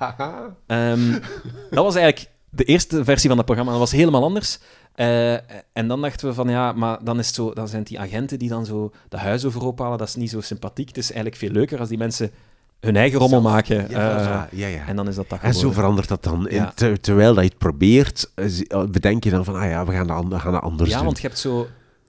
Dat was eigenlijk de eerste versie van dat programma. Dat was helemaal anders. En dan dachten we van, ja, maar dan is het zo, dan zijn die agenten die dan zo de huis overhoop halen, dat is niet zo sympathiek. Het is eigenlijk veel leuker als die mensen hun eigen rommel maken. Ja. En dan is dat En zo verandert dat dan. Ja. Terwijl dat je het probeert, bedenk je dan van, we gaan dat anders doen. Ja, want je hebt zo...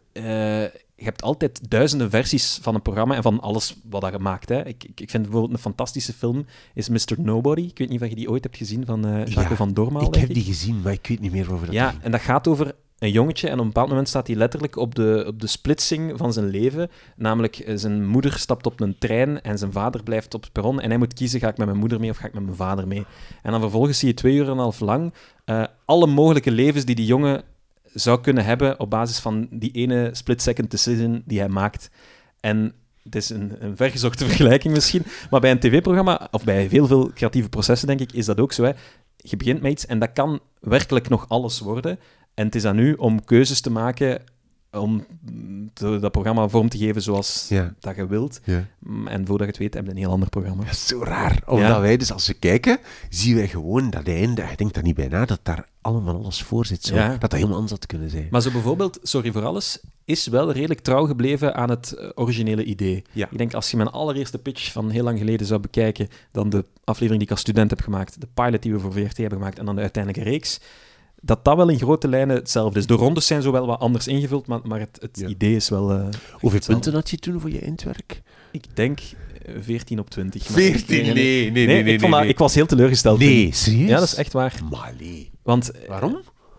je hebt altijd duizenden versies van een programma en van alles wat je maakt. Hè. Ik vind bijvoorbeeld een fantastische film, is Mr. Nobody. Ik weet niet of je die ooit hebt gezien, van Jacques van Dormaal. Ik heb die gezien, maar ik weet niet meer over dat. Ja, en dat gaat over een jongetje en op een bepaald moment staat hij letterlijk op de splitsing van zijn leven. Namelijk, zijn moeder stapt op een trein en zijn vader blijft op het perron en hij moet kiezen, ga ik met mijn moeder mee of ga ik met mijn vader mee? En dan vervolgens zie je 2,5 uur lang alle mogelijke levens die jongen zou kunnen hebben op basis van die ene split-second decision die hij maakt. En het is een vergezochte vergelijking misschien, maar bij een tv-programma, of bij heel veel creatieve processen, denk ik, is dat ook zo. Hè. Je begint met iets en dat kan werkelijk nog alles worden. En het is aan u om keuzes te maken om dat programma vorm te geven zoals dat je wilt. Ja. En voordat je het weet, heb je een heel ander programma. Dat is zo raar. Omdat wij dus, als we kijken, zien wij gewoon dat einde. Ik denk daar niet bij na, dat daar allemaal alles voor zit. Zo, dat helemaal anders had kunnen zijn. Maar zo bijvoorbeeld, Sorry voor Alles, is wel redelijk trouw gebleven aan het originele idee. Ja. Ik denk, als je mijn allereerste pitch van heel lang geleden zou bekijken, dan de aflevering die ik als student heb gemaakt, de pilot die we voor VRT hebben gemaakt, en dan de uiteindelijke reeks, dat wel in grote lijnen hetzelfde is. De rondes zijn zo wel wat anders ingevuld, maar het idee is wel... Hoeveel punten had je toen voor je eindwerk? Ik denk 14 op 20. 14? Nee. Ik was heel teleurgesteld. Nee, serieus? Ja, dat is echt waar. Maar nee. Want... Waarom?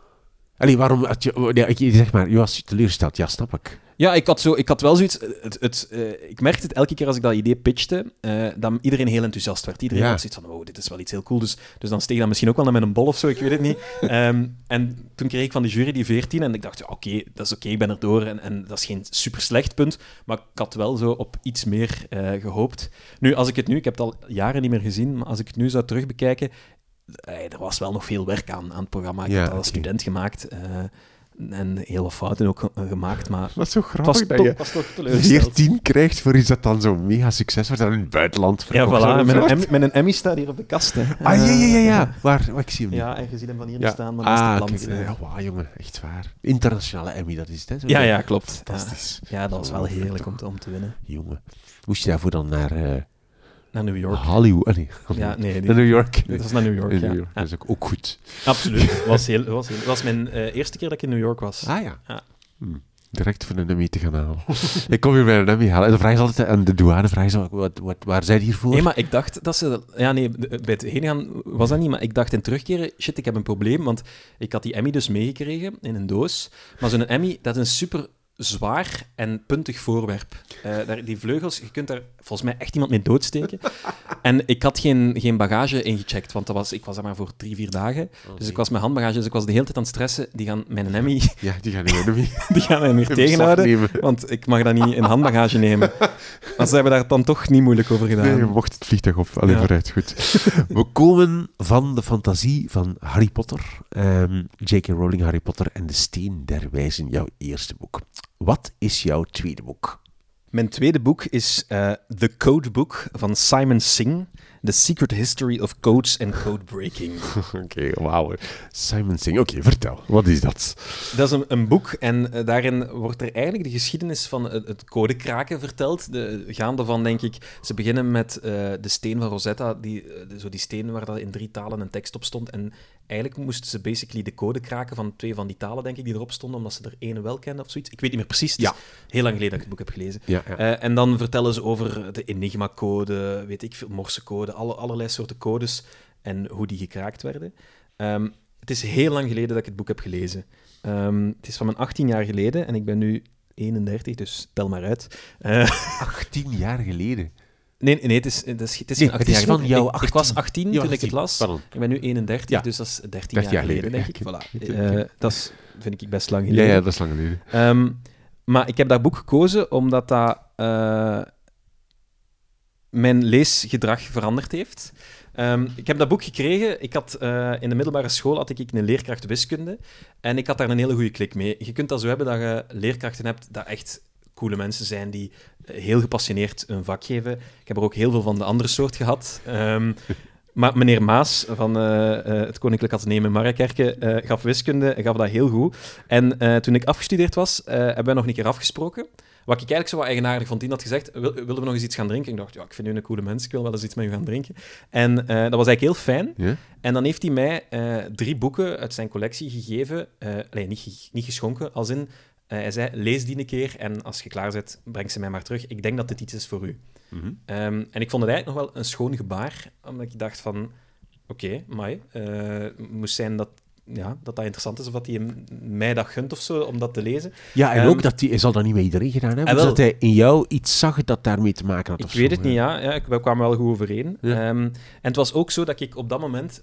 Waarom had je... zeg maar, je was teleurgesteld. Ja, snap ik. Ja, ik had wel zoiets... ik merkte het elke keer als ik dat idee pitchte, dat iedereen heel enthousiast werd. Iedereen had zoiets van, dit is wel iets heel cool. Dus dan steeg dat misschien ook wel naar een bol of zo, ik weet het niet. En toen kreeg ik van de jury die 14 en ik dacht, dat is oké, ik ben er door. En dat is geen super slecht punt, maar ik had wel zo op iets meer gehoopt. Nu, ik heb het al jaren niet meer gezien, maar als ik het nu zou terugbekijken, er was wel nog veel werk aan het programma. Ik had dat als student gemaakt. En heel wat fouten ook gemaakt, maar... Dat is zo grappig dat je 14 krijgt voor iets dat dan zo mega succes wordt en in het buitenland. Ja, voilà. Met een Emmy staat hier op de kast. Hè. Ja. Waar? Ik zie hem niet. Ja, en je ziet hem van hier niet staan, maar dat is het land. Wauw, jongen, echt waar. Internationale Emmy, dat is het, hè? Zo ja, klopt. Fantastisch. Ja, dat was wel heerlijk om te winnen. Jongen. Moest je daarvoor dan naar New York. Hollywood. Ja, nee. Naar New York. Dat was naar New York, New York. Dat is ook goed. Absoluut. Het was mijn eerste keer dat ik in New York was. Ah ja. Direct voor een Emmy te gaan halen. Ik kom hier bij een Emmy halen. En de vraag is altijd, en de douane vraag is, waar zijn die hiervoor? Nee, maar ik dacht dat ze... Ja, nee, bij het heen gaan was dat niet, maar ik dacht in terugkeren, shit, ik heb een probleem, want ik had die Emmy dus meegekregen in een doos. Maar zo'n Emmy, dat is een super zwaar en puntig voorwerp. Die vleugels, je kunt daar volgens mij echt iemand mee doodsteken. En ik had geen bagage ingecheckt, want ik was daar maar voor 3-4 dagen. Dus ik was met handbagage, dus ik was de hele tijd aan het stressen. Die gaan mijn Emmy... Ja, die gaan niet Emmy. Die gaan mij meer tegenhouden, want ik mag dat niet in handbagage nemen. Maar ze hebben daar dan toch niet moeilijk over gedaan. Nee, je mocht het vliegtuig op. Allee, vooruit, goed. We komen van de fantasie van Harry Potter. J.K. Rowling, Harry Potter en de Steen der Wijzen, jouw eerste boek. Wat is jouw tweede boek? Mijn tweede boek is The Codebook van Simon Singh. The Secret History of Codes and Code Breaking. Oké, wauw. Simon Singh. Oké, vertel. Wat is dat? Dat is een boek en daarin wordt er eigenlijk de geschiedenis van het codekraken verteld. Gaande van, denk ik, ze beginnen met de steen van Rosetta, die steen waar dat in 3 talen een tekst op stond. En eigenlijk moesten ze basically de code kraken van 2 van die talen, denk ik, die erop stonden, omdat ze er 1 wel kenden of zoiets. Ik weet niet meer precies. Het is heel lang geleden dat ik het boek heb gelezen. Ja. En dan vertellen ze over de Enigma-code, weet ik veel, Morse-code, allerlei soorten codes en hoe die gekraakt werden. Het is heel lang geleden dat ik het boek heb gelezen. Het is van mijn 18 jaar geleden en ik ben nu 31, dus tel maar uit. 18 jaar geleden? Nee, het is geen 18 jaar geleden. Van jou 18. Ik was 18 toen ik het 18. las. Pardon. Ik ben nu 31, dus dat is 13 jaar geleden, denk ik. Voilà. Dat vind ik best lang geleden. Ja, dat is lang geleden. Maar ik heb dat boek gekozen omdat dat mijn leesgedrag veranderd heeft. Ik heb dat boek gekregen. Ik had, in de middelbare school had ik een leerkracht wiskunde. En ik had daar een hele goede klik mee. Je kunt dat zo hebben dat je leerkrachten hebt dat echt coole mensen zijn die heel gepassioneerd hun vak geven. Ik heb er ook heel veel van de andere soort gehad. Maar meneer Maas van het Koninklijk Atheneum in Marrakerke gaf wiskunde en gaf dat heel goed. En toen ik afgestudeerd was, hebben we nog een keer afgesproken. Wat ik eigenlijk zo wat eigenaardig vond, die had gezegd, willen we nog eens iets gaan drinken? Ik dacht, ja, ik vind u een coole mens, ik wil wel eens iets met u gaan drinken. En dat was eigenlijk heel fijn. Ja? En dan heeft hij mij 3 boeken uit zijn collectie gegeven. Niet geschonken, als in... hij zei, lees die een keer en als je klaar bent, breng ze mij maar terug. Ik denk dat dit iets is voor u. Mm-hmm. En ik vond het eigenlijk nog wel een schoon gebaar, omdat ik dacht van... Oké, maar moest zijn dat interessant is, of dat hij mij dat gunt of zo, om dat te lezen. Ja, en ook dat hij zal dat niet met iedereen gedaan hebben. Dus dat hij in jou iets zag dat daarmee te maken had. Ik of weet zo, het niet, ja. We kwamen wel goed overeen. Ja. En het was ook zo dat ik op dat moment...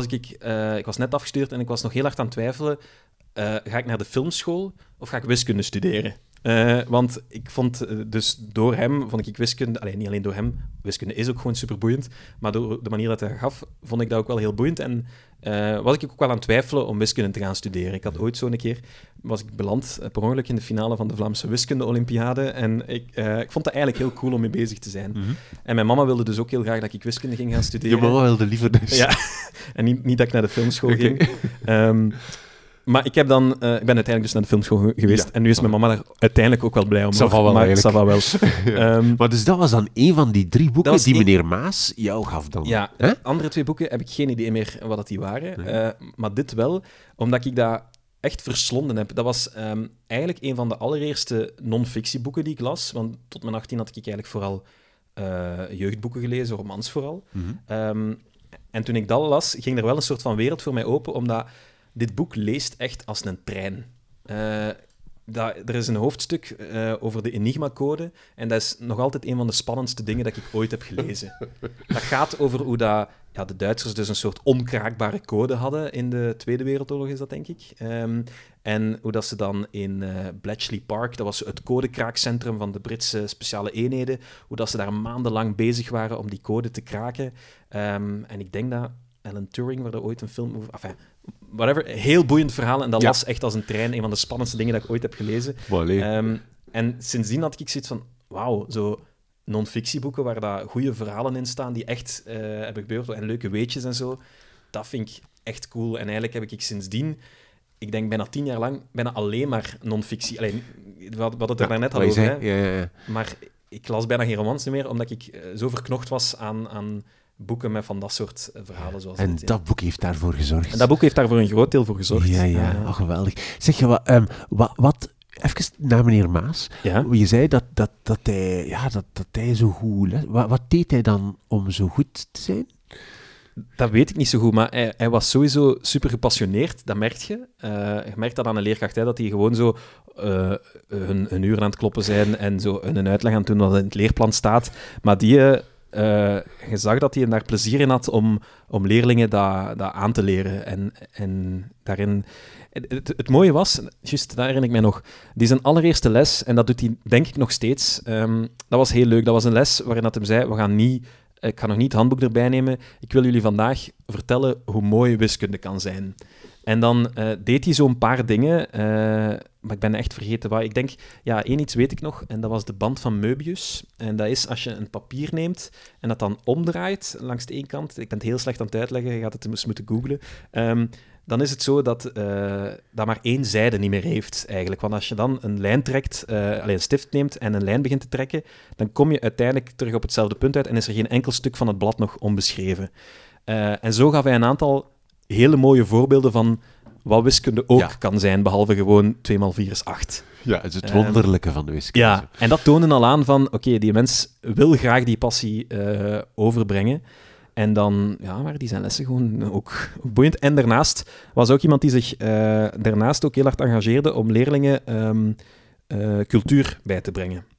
ik was net afgestudeerd en ik was nog heel hard aan het twijfelen. Ga ik naar de filmschool of ga ik wiskunde studeren? Want ik vond, dus door hem vond ik wiskunde... niet alleen door hem, wiskunde is ook gewoon superboeiend, maar door de manier dat hij gaf, vond ik dat ook wel heel boeiend. En was ik ook wel aan het twijfelen om wiskunde te gaan studeren. Ik had ooit zo'n keer... was ik beland per ongeluk in de finale van de Vlaamse Wiskunde-Olympiade. En ik vond dat eigenlijk heel cool om mee bezig te zijn. Mm-hmm. En mijn mama wilde dus ook heel graag dat ik wiskunde ging gaan studeren. Je mama wilde liever dus. Ja, en niet dat ik naar de filmschool ging. Maar ik ben uiteindelijk dus naar de filmschool geweest. Ja, en nu is mijn mama daar uiteindelijk ook wel blij om. Ça va wel, eigenlijk. Maar dus dat was dan een van die 3 boeken die meneer Maas jou gaf dan? Ja, de andere 2 boeken heb ik geen idee meer wat dat die waren. Nee. Maar dit wel, omdat ik dat echt verslonden heb. Dat was eigenlijk een van de allereerste non-fictieboeken die ik las. Want tot mijn 18 had ik eigenlijk vooral jeugdboeken gelezen, romans vooral. Mm-hmm. En toen ik dat las, ging er wel een soort van wereld voor mij open, omdat... Dit boek leest echt als een trein. Er is een hoofdstuk over de Enigma-code en dat is nog altijd een van de spannendste dingen dat ik ooit heb gelezen. Dat gaat over hoe de Duitsers dus een soort onkraakbare code hadden in de Tweede Wereldoorlog, is dat denk ik. En hoe dat ze dan in Bletchley Park, dat was het codekraakcentrum van de Britse speciale eenheden, hoe dat ze daar maandenlang bezig waren om die code te kraken. En ik denk dat Alan Turing, waar er ooit een film over... Whatever, heel boeiend verhaal. En dat las echt als een trein. Een van de spannendste dingen dat ik ooit heb gelezen. En sindsdien had ik zoiets van... Wauw, zo non-fictieboeken waar daar goede verhalen in staan die echt hebben gebeurd. En leuke weetjes en zo. Dat vind ik echt cool. En eigenlijk heb ik sindsdien... Ik denk bijna 10 jaar lang bijna alleen maar non-fictie. Alleen, we hadden het er daarnet al over. Hè? Ja. Maar ik las bijna geen romans meer, omdat ik zo verknocht was aan boeken met van dat soort verhalen. Zoals en dat boek heeft daarvoor gezorgd. En dat boek heeft daar voor een groot deel voor gezorgd. Ja. Oh, geweldig. Zeg je wat even naar meneer Maas. Ja? Je zei dat hij zo goed... Wat deed hij dan om zo goed te zijn? Dat weet ik niet zo goed, maar hij was sowieso super gepassioneerd, dat merk je. Je merkt dat aan een leerkracht, dat die gewoon zo hun uren aan het kloppen zijn en zo een uitleg aan het doen wat in het leerplan staat. Maar je zag dat hij daar plezier in had om leerlingen dat aan te leren. En daarin... Het mooie was, juist daar herinner ik mij nog, die zijn allereerste les, en dat doet hij denk ik nog steeds, dat was heel leuk. Dat was een les waarin dat hem zei, ik ga nog niet het handboek erbij nemen, ik wil jullie vandaag vertellen hoe mooi wiskunde kan zijn. En dan deed hij zo'n paar dingen, maar ik ben echt vergeten wat. Ik denk, één iets weet ik nog, en dat was de band van Möbius. En dat is als je een papier neemt en dat dan omdraait langs de ene kant. Ik ben het heel slecht aan het uitleggen, je gaat het eens moeten googlen. Dan is het zo dat maar 1 zijde niet meer heeft, eigenlijk. Want als je dan een lijn trekt, een stift neemt en een lijn begint te trekken, dan kom je uiteindelijk terug op hetzelfde punt uit en is er geen enkel stuk van het blad nog onbeschreven. En zo gaf hij een aantal hele mooie voorbeelden van wat wiskunde ook kan zijn, behalve gewoon 2 x 4 is 8. Ja, het is het wonderlijke van de wiskunde. Ja, en dat toonde al aan van, oké, die mens wil graag die passie overbrengen. En dan waren die zijn lessen gewoon ook boeiend. En daarnaast was ook iemand die zich daarnaast ook heel hard engageerde om leerlingen cultuur bij te brengen.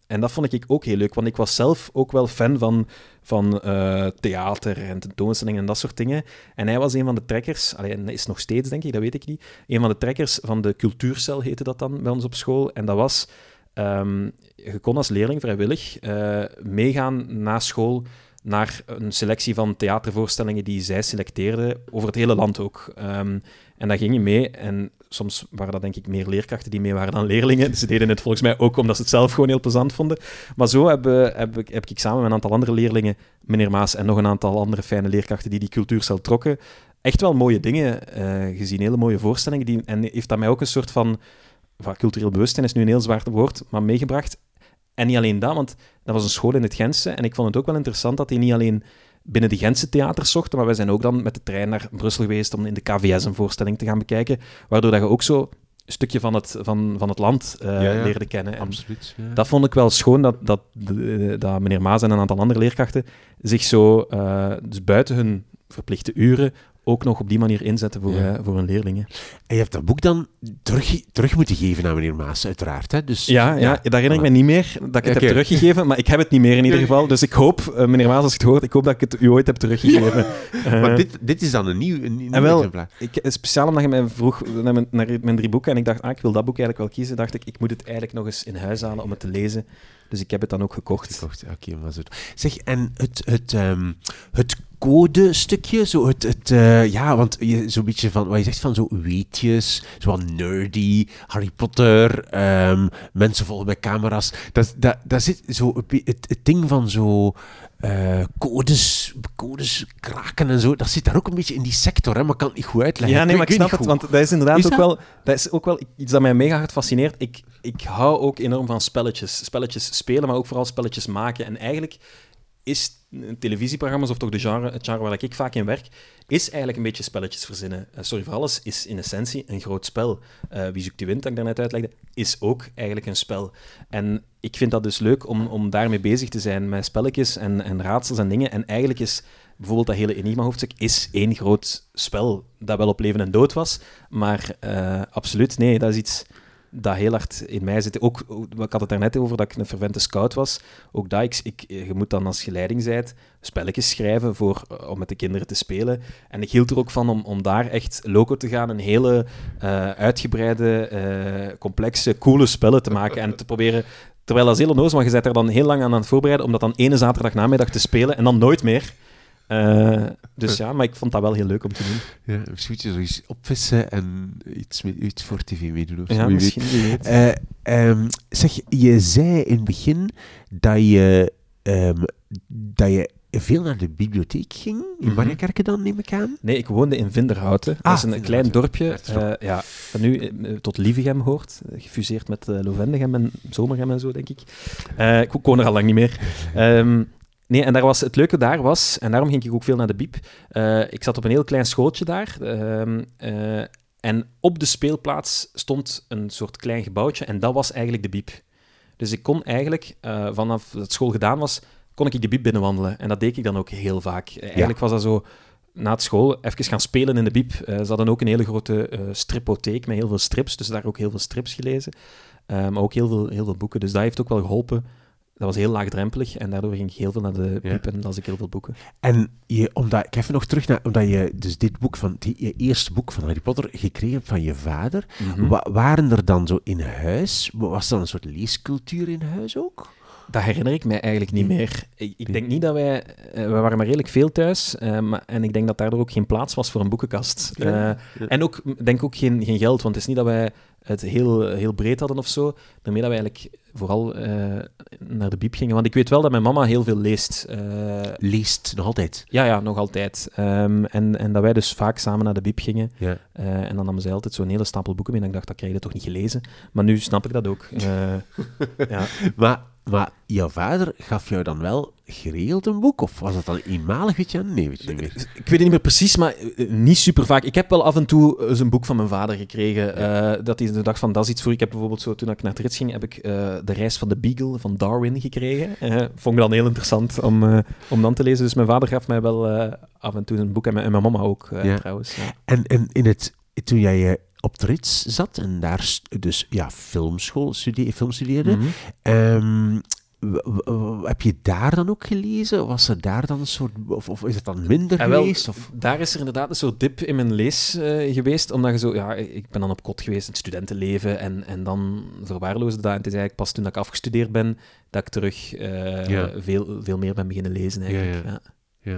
En dat vond ik ook heel leuk, want ik was zelf ook wel fan van theater en tentoonstellingen en dat soort dingen. En hij was een van de trekkers, hij is nog steeds, denk ik, dat weet ik niet, een van de trekkers van de cultuurcel, heette dat dan bij ons op school. En dat was, je kon als leerling vrijwillig meegaan na school naar een selectie van theatervoorstellingen die zij selecteerden, over het hele land ook. En daar ging je mee en soms waren dat denk ik meer leerkrachten die mee waren dan leerlingen. Ze deden het volgens mij ook omdat ze het zelf gewoon heel plezant vonden. Maar zo heb ik samen met een aantal andere leerlingen, meneer Maas en nog een aantal andere fijne leerkrachten die cultuurcel trokken, echt wel mooie dingen gezien, hele mooie voorstellingen. En heeft dat mij ook een soort van cultureel bewustzijn is nu een heel zwaar woord, maar meegebracht. En niet alleen dat, want dat was een school in het Gentse en ik vond het ook wel interessant dat hij niet alleen binnen de Gentse theaters zochten, maar wij zijn ook dan met de trein naar Brussel geweest om in de KVS een voorstelling te gaan bekijken, waardoor dat je ook zo een stukje van het land leerde kennen. Absoluut. Ja. Dat vond ik wel schoon, dat meneer Maas en een aantal andere leerkrachten zich zo dus buiten hun verplichte uren ook nog op die manier inzetten voor hun leerlingen. En je hebt dat boek dan terug moeten geven aan meneer Maas, uiteraard. Hè? Dus, ja, daar herinner ik me niet meer dat ik het heb teruggegeven, maar ik heb het niet meer in ieder geval. Dus ik hoop, meneer Maas, als je het hoort, ik hoop dat ik het u ooit heb teruggegeven. Maar dit is dan een nieuw exemplaar. Speciaal omdat je mij vroeg naar mijn 3 boeken en ik dacht, ik wil dat boek eigenlijk wel kiezen, dacht ik moet het eigenlijk nog eens in huis halen om het te lezen. Dus ik heb het dan ook gekocht. Oké, maar zo. Zeg, en het code-stukje, zo want zo'n beetje van, wat je zegt, van zo weetjes, zo wat nerdy, Harry Potter, mensen volgen met camera's, dat zit zo het ding van zo codes kraken en zo, dat zit daar ook een beetje in die sector, hè, maar ik kan het niet goed uitleggen. Ja, nee, maar ik snap het, want dat is inderdaad ook wel iets dat mij mega hard fascineert. Ik hou ook enorm van spelletjes spelen, maar ook vooral spelletjes maken. En eigenlijk is televisieprogramma's, of toch het genre waar ik vaak in werk, is eigenlijk een beetje spelletjes verzinnen. Sorry voor alles is in essentie een groot spel. Wie zoekt die wint, dat ik daarnet uitlegde, is ook eigenlijk een spel. En ik vind dat dus leuk om daarmee bezig te zijn, met spelletjes en raadsels en dingen. En eigenlijk is bijvoorbeeld dat hele Enigma-hoofdstuk is één groot spel dat wel op leven en dood was, maar absoluut, nee, dat is iets dat heel hard in mij zit. Ook, ik had het daarnet over dat ik een fervente scout was. Ook dat, je moet dan als je leiding bent spelletjes schrijven om met de kinderen te spelen. En ik hield er ook van om daar echt loco te gaan, een hele uitgebreide, complexe, coole spellen te maken en te proberen. Terwijl dat is heel onnozel, maar je bent er dan heel lang aan het voorbereiden om dat dan ene zaterdagnamiddag te spelen en dan nooit meer. Dus ja, maar ik vond dat wel heel leuk om te doen. Ja, misschien moet je zoiets opvissen en iets voor tv meedoen. Of zo, ja, misschien weet. Zeg, je zei in het begin dat je veel naar de bibliotheek ging. In Mariakerke dan, neem ik aan? Nee, ik woonde in Vinderhouten. Dat is een klein dorpje dat nu tot Lievegem hoort. Gefuseerd met Lovendegem en Zomergem en zo, denk ik. Ik woon er al lang niet meer. Nee, en het leuke daar was, en daarom ging ik ook veel naar de bieb, ik zat op een heel klein schooltje daar, en op de speelplaats stond een soort klein gebouwtje, en dat was eigenlijk de bieb. Dus ik kon eigenlijk, vanaf dat school gedaan was, kon ik de bieb binnenwandelen. En dat deed ik dan ook heel vaak. Eigenlijk was dat zo, na het school, even gaan spelen in de bieb. Ze hadden ook een hele grote stripotheek met heel veel strips, dus daar ook heel veel strips gelezen. Maar ook heel veel boeken, dus dat heeft ook wel geholpen. Dat was heel laagdrempelig en daardoor ging ik heel veel naar de bieb en las ik heel veel boeken. En ik even nog terug naar, omdat je dus je eerste boek van Harry Potter gekregen hebt van je vader. Waren er dan zo in huis, was er dan een soort leescultuur in huis ook? Dat herinner ik mij eigenlijk niet meer. Ik denk niet dat we waren maar redelijk veel thuis, en ik denk dat daardoor ook geen plaats was voor een boekenkast. En ook, denk ook geen geld, want het is niet dat wij het heel breed hadden of zo. Daarmee dat wij eigenlijk vooral naar de bieb gingen. Want ik weet wel dat mijn mama heel veel leest. Leest, nog altijd? Ja, nog altijd. En dat wij dus vaak samen naar de bieb gingen. Ja. En dan nam zij altijd zo'n hele stapel boeken mee. En ik dacht, dat krijg je toch niet gelezen? Maar nu snap ik dat ook. Ja. Maar jouw vader gaf jou dan wel geregeld een boek? Of was dat dan eenmalig? Weet je niet meer? Ik weet het niet meer precies, maar niet super vaak. Ik heb wel af en toe eens een boek van mijn vader gekregen. Dat hij de dag van, dat is iets voor. Ik heb bijvoorbeeld zo, toen ik naar het Rits ging, heb ik De Reis van de Beagle van Darwin gekregen. Vond ik dan heel interessant om dan te lezen. Dus mijn vader gaf mij wel af en toe een boek. En mijn mama ook, trouwens. Ja. En toen jij op het Rits zat en daar dus film studeerde, heb je daar dan ook gelezen? Was er daar dan een soort... Of is het dan minder geweest? Of? Daar is er inderdaad een soort dip in mijn lees geweest, omdat je zo... Ja, ik ben dan op kot geweest, het studentenleven, en dan verwaarloosde dat. En het is eigenlijk pas toen ik afgestudeerd ben, dat ik terug veel meer ben beginnen lezen, eigenlijk. Ja.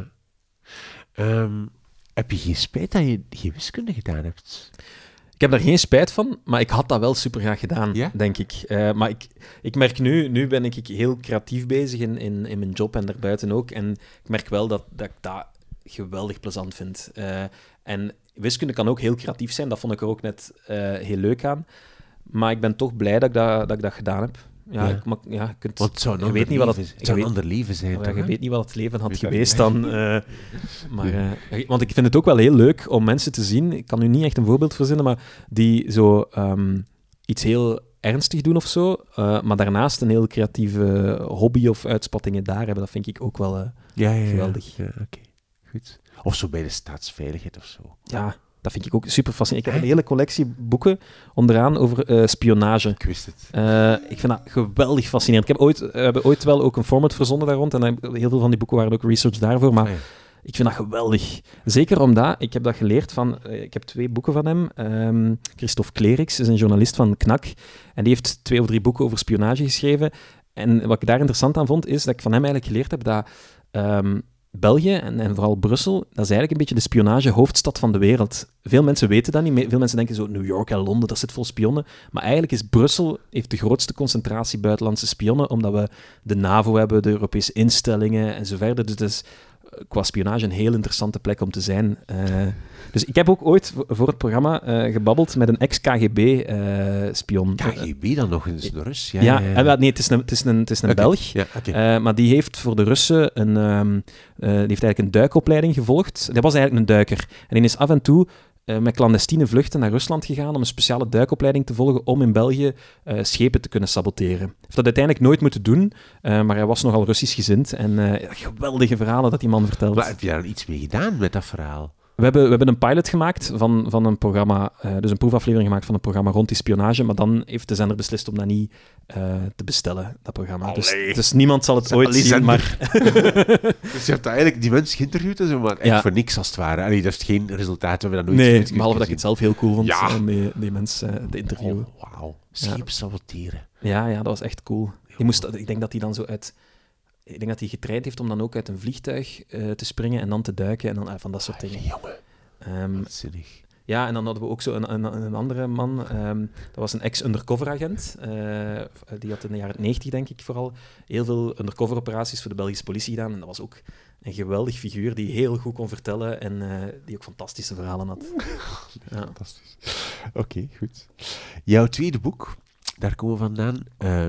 Heb je geen spijt dat je geen wiskunde gedaan hebt? Ik heb daar geen spijt van, maar ik had dat wel super graag gedaan, denk ik. Maar ik merk nu ben ik heel creatief bezig in mijn job en daarbuiten ook. En ik merk wel dat ik dat geweldig plezant vind. En wiskunde kan ook heel creatief zijn, dat vond ik er ook net heel leuk aan. Maar ik ben toch blij dat ik dat gedaan heb. Ja. Want het zou een ander leven zijn. Je weet niet wat het leven had geweest dan. Want ik vind het ook wel heel leuk om mensen te zien. Ik kan nu niet echt een voorbeeld verzinnen, maar die zo iets heel ernstig doen of zo, maar daarnaast een heel creatieve hobby of uitspattingen daar hebben. Dat vind ik ook wel geweldig. Ja, oké. Goed. Of zo bij de staatsveiligheid of zo. Ja. Dat vind ik ook super fascinerend. Ik heb een hele collectie boeken onderaan over spionage. Ik wist het. Ik vind dat geweldig fascinerend. We hebben ooit wel ook een format verzonden daar rond. En heel veel van die boeken waren ook research daarvoor. Maar ik vind dat geweldig. Zeker omdat, ik heb dat geleerd van... ik heb 2 boeken van hem. Christophe Cleriks is een journalist van KNAK. En die heeft 2 of 3 boeken over spionage geschreven. En wat ik daar interessant aan vond, is dat ik van hem eigenlijk geleerd heb dat... België en vooral Brussel, dat is eigenlijk een beetje de spionage-hoofdstad van de wereld. Veel mensen weten dat niet. Veel mensen denken zo, New York en Londen, dat zit vol spionnen. Maar eigenlijk is Brussel heeft de grootste concentratie buitenlandse spionnen, omdat we de NAVO hebben, de Europese instellingen en zo verder. Dus het is qua spionage een heel interessante plek om te zijn. Dus ik heb ook ooit voor het programma gebabbeld met een ex-KGB-spion. KGB dan nog eens, de Rus? Nee, het is een Belg. Ja, okay. Maar die heeft voor de Russen die heeft eigenlijk een duikopleiding gevolgd. Dat was eigenlijk een duiker. En die is af en toe met clandestine vluchten naar Rusland gegaan om een speciale duikopleiding te volgen om in België schepen te kunnen saboteren. Hij heeft dat uiteindelijk nooit moeten doen, maar hij was nogal Russisch gezind. En geweldige verhalen dat die man vertelt. Maar heb je daar iets mee gedaan met dat verhaal? We hebben een pilot gemaakt van een programma, dus een proefaflevering gemaakt van een programma rond die spionage, maar dan heeft de zender beslist om dat niet te bestellen, dat programma. Dus niemand zal het ooit zien, maar... Dus je hebt eigenlijk die mensen geïnterviewd en zo, maar echt voor niks als het ware. Allee, dat is geen resultaat, we hebben dat nooit Nee, behalve dat ik het zelf heel cool vond, die mensen te interviewen. Oh, wauw, scheep saboteren. Ja, dat was echt cool. Ik denk dat hij dan zo uit... Ik denk dat hij getraind heeft om dan ook uit een vliegtuig te springen en dan te duiken en dan van dat soort dingen. Jongen, wat zinnig. Ja, en dan hadden we ook zo een andere man. Dat was een ex-undercover-agent. Die had in de jaren 90, denk ik, vooral heel veel undercover-operaties voor de Belgische politie gedaan. En dat was ook een geweldig figuur die heel goed kon vertellen en die ook fantastische verhalen had. Ja. Fantastisch. Oké, goed. Jouw tweede boek, daar komen we vandaan...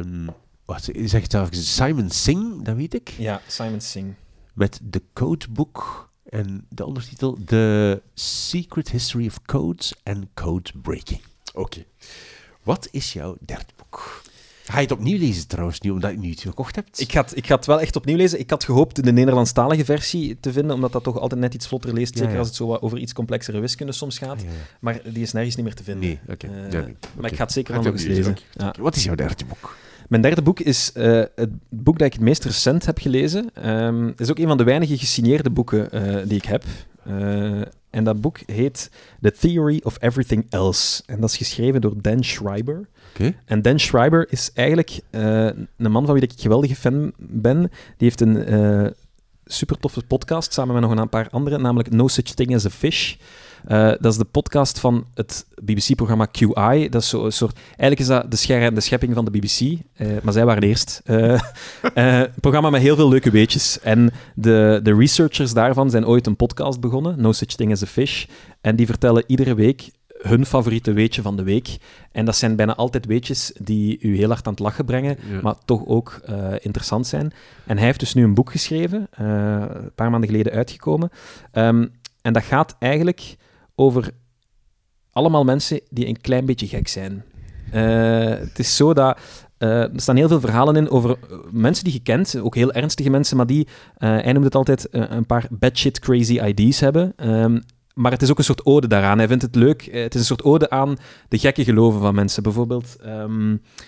je zegt zelf Simon Singh, dat weet ik. Ja, Simon Singh. Met The Codebook en de ondertitel The Secret History of Codes and Code Breaking. Oké. Wat is jouw derde boek? Ga je het opnieuw lezen trouwens, nu omdat je nu iets gekocht hebt? Ik ga het wel echt opnieuw lezen. Ik had gehoopt de Nederlandstalige versie te vinden, omdat dat toch altijd net iets vlotter leest, zeker als het zo wat over iets complexere wiskunde soms gaat. Ja. Maar die is nergens niet meer te vinden. Nee, oké. Maar ik ga het zeker nog eens lezen. Ja. Wat is jouw derde boek? Mijn derde boek is het boek dat ik het meest recent heb gelezen. Het is ook een van de weinige gesigneerde boeken die ik heb. En dat boek heet The Theory of Everything Else. En dat is geschreven door Dan Schreiber. Okay. En Dan Schreiber is eigenlijk een man van wie ik geweldige fan ben. Die heeft een super toffe podcast samen met nog een paar anderen, namelijk No Such Thing as a Fish. Dat is de podcast van het BBC-programma QI. Dat is zo een soort... Eigenlijk is dat de schepping van de BBC, maar zij waren eerst. Een programma met heel veel leuke weetjes. En de researchers daarvan zijn ooit een podcast begonnen, No Such Thing as a Fish. En die vertellen iedere week hun favoriete weetje van de week. En dat zijn bijna altijd weetjes die u heel hard aan het lachen brengen, maar toch ook interessant zijn. En hij heeft dus nu een boek geschreven, een paar maanden geleden uitgekomen. En dat gaat eigenlijk over allemaal mensen die een klein beetje gek zijn. Het is zo dat... er staan heel veel verhalen in over mensen die je kent, ook heel ernstige mensen, maar die, hij noemt het altijd, een paar batshit crazy ideas hebben. Maar het is ook een soort ode daaraan. Hij vindt het leuk. Het is een soort ode aan de gekke geloven van mensen. Bijvoorbeeld...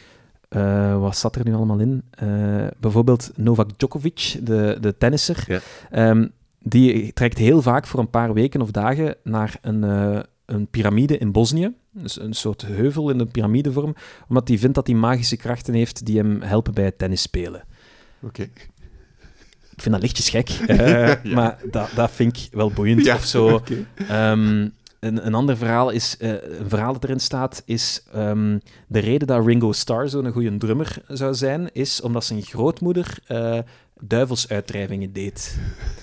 wat zat er nu allemaal in? Bijvoorbeeld Novak Djokovic, de tennisser. Ja. Die trekt heel vaak voor een paar weken of dagen naar een piramide in Bosnië. Dus een soort heuvel in een piramidevorm. Omdat hij vindt dat hij magische krachten heeft die hem helpen bij het tennisspelen. Oké. Ik vind dat lichtjes gek, ja. Maar dat vind ik wel boeiend. Ja. Of zo. Okay. Een ander verhaal is, een verhaal dat erin staat, is de reden dat Ringo Starr zo'n goede drummer zou zijn, is omdat zijn grootmoeder duivelsuitdrijvingen deed.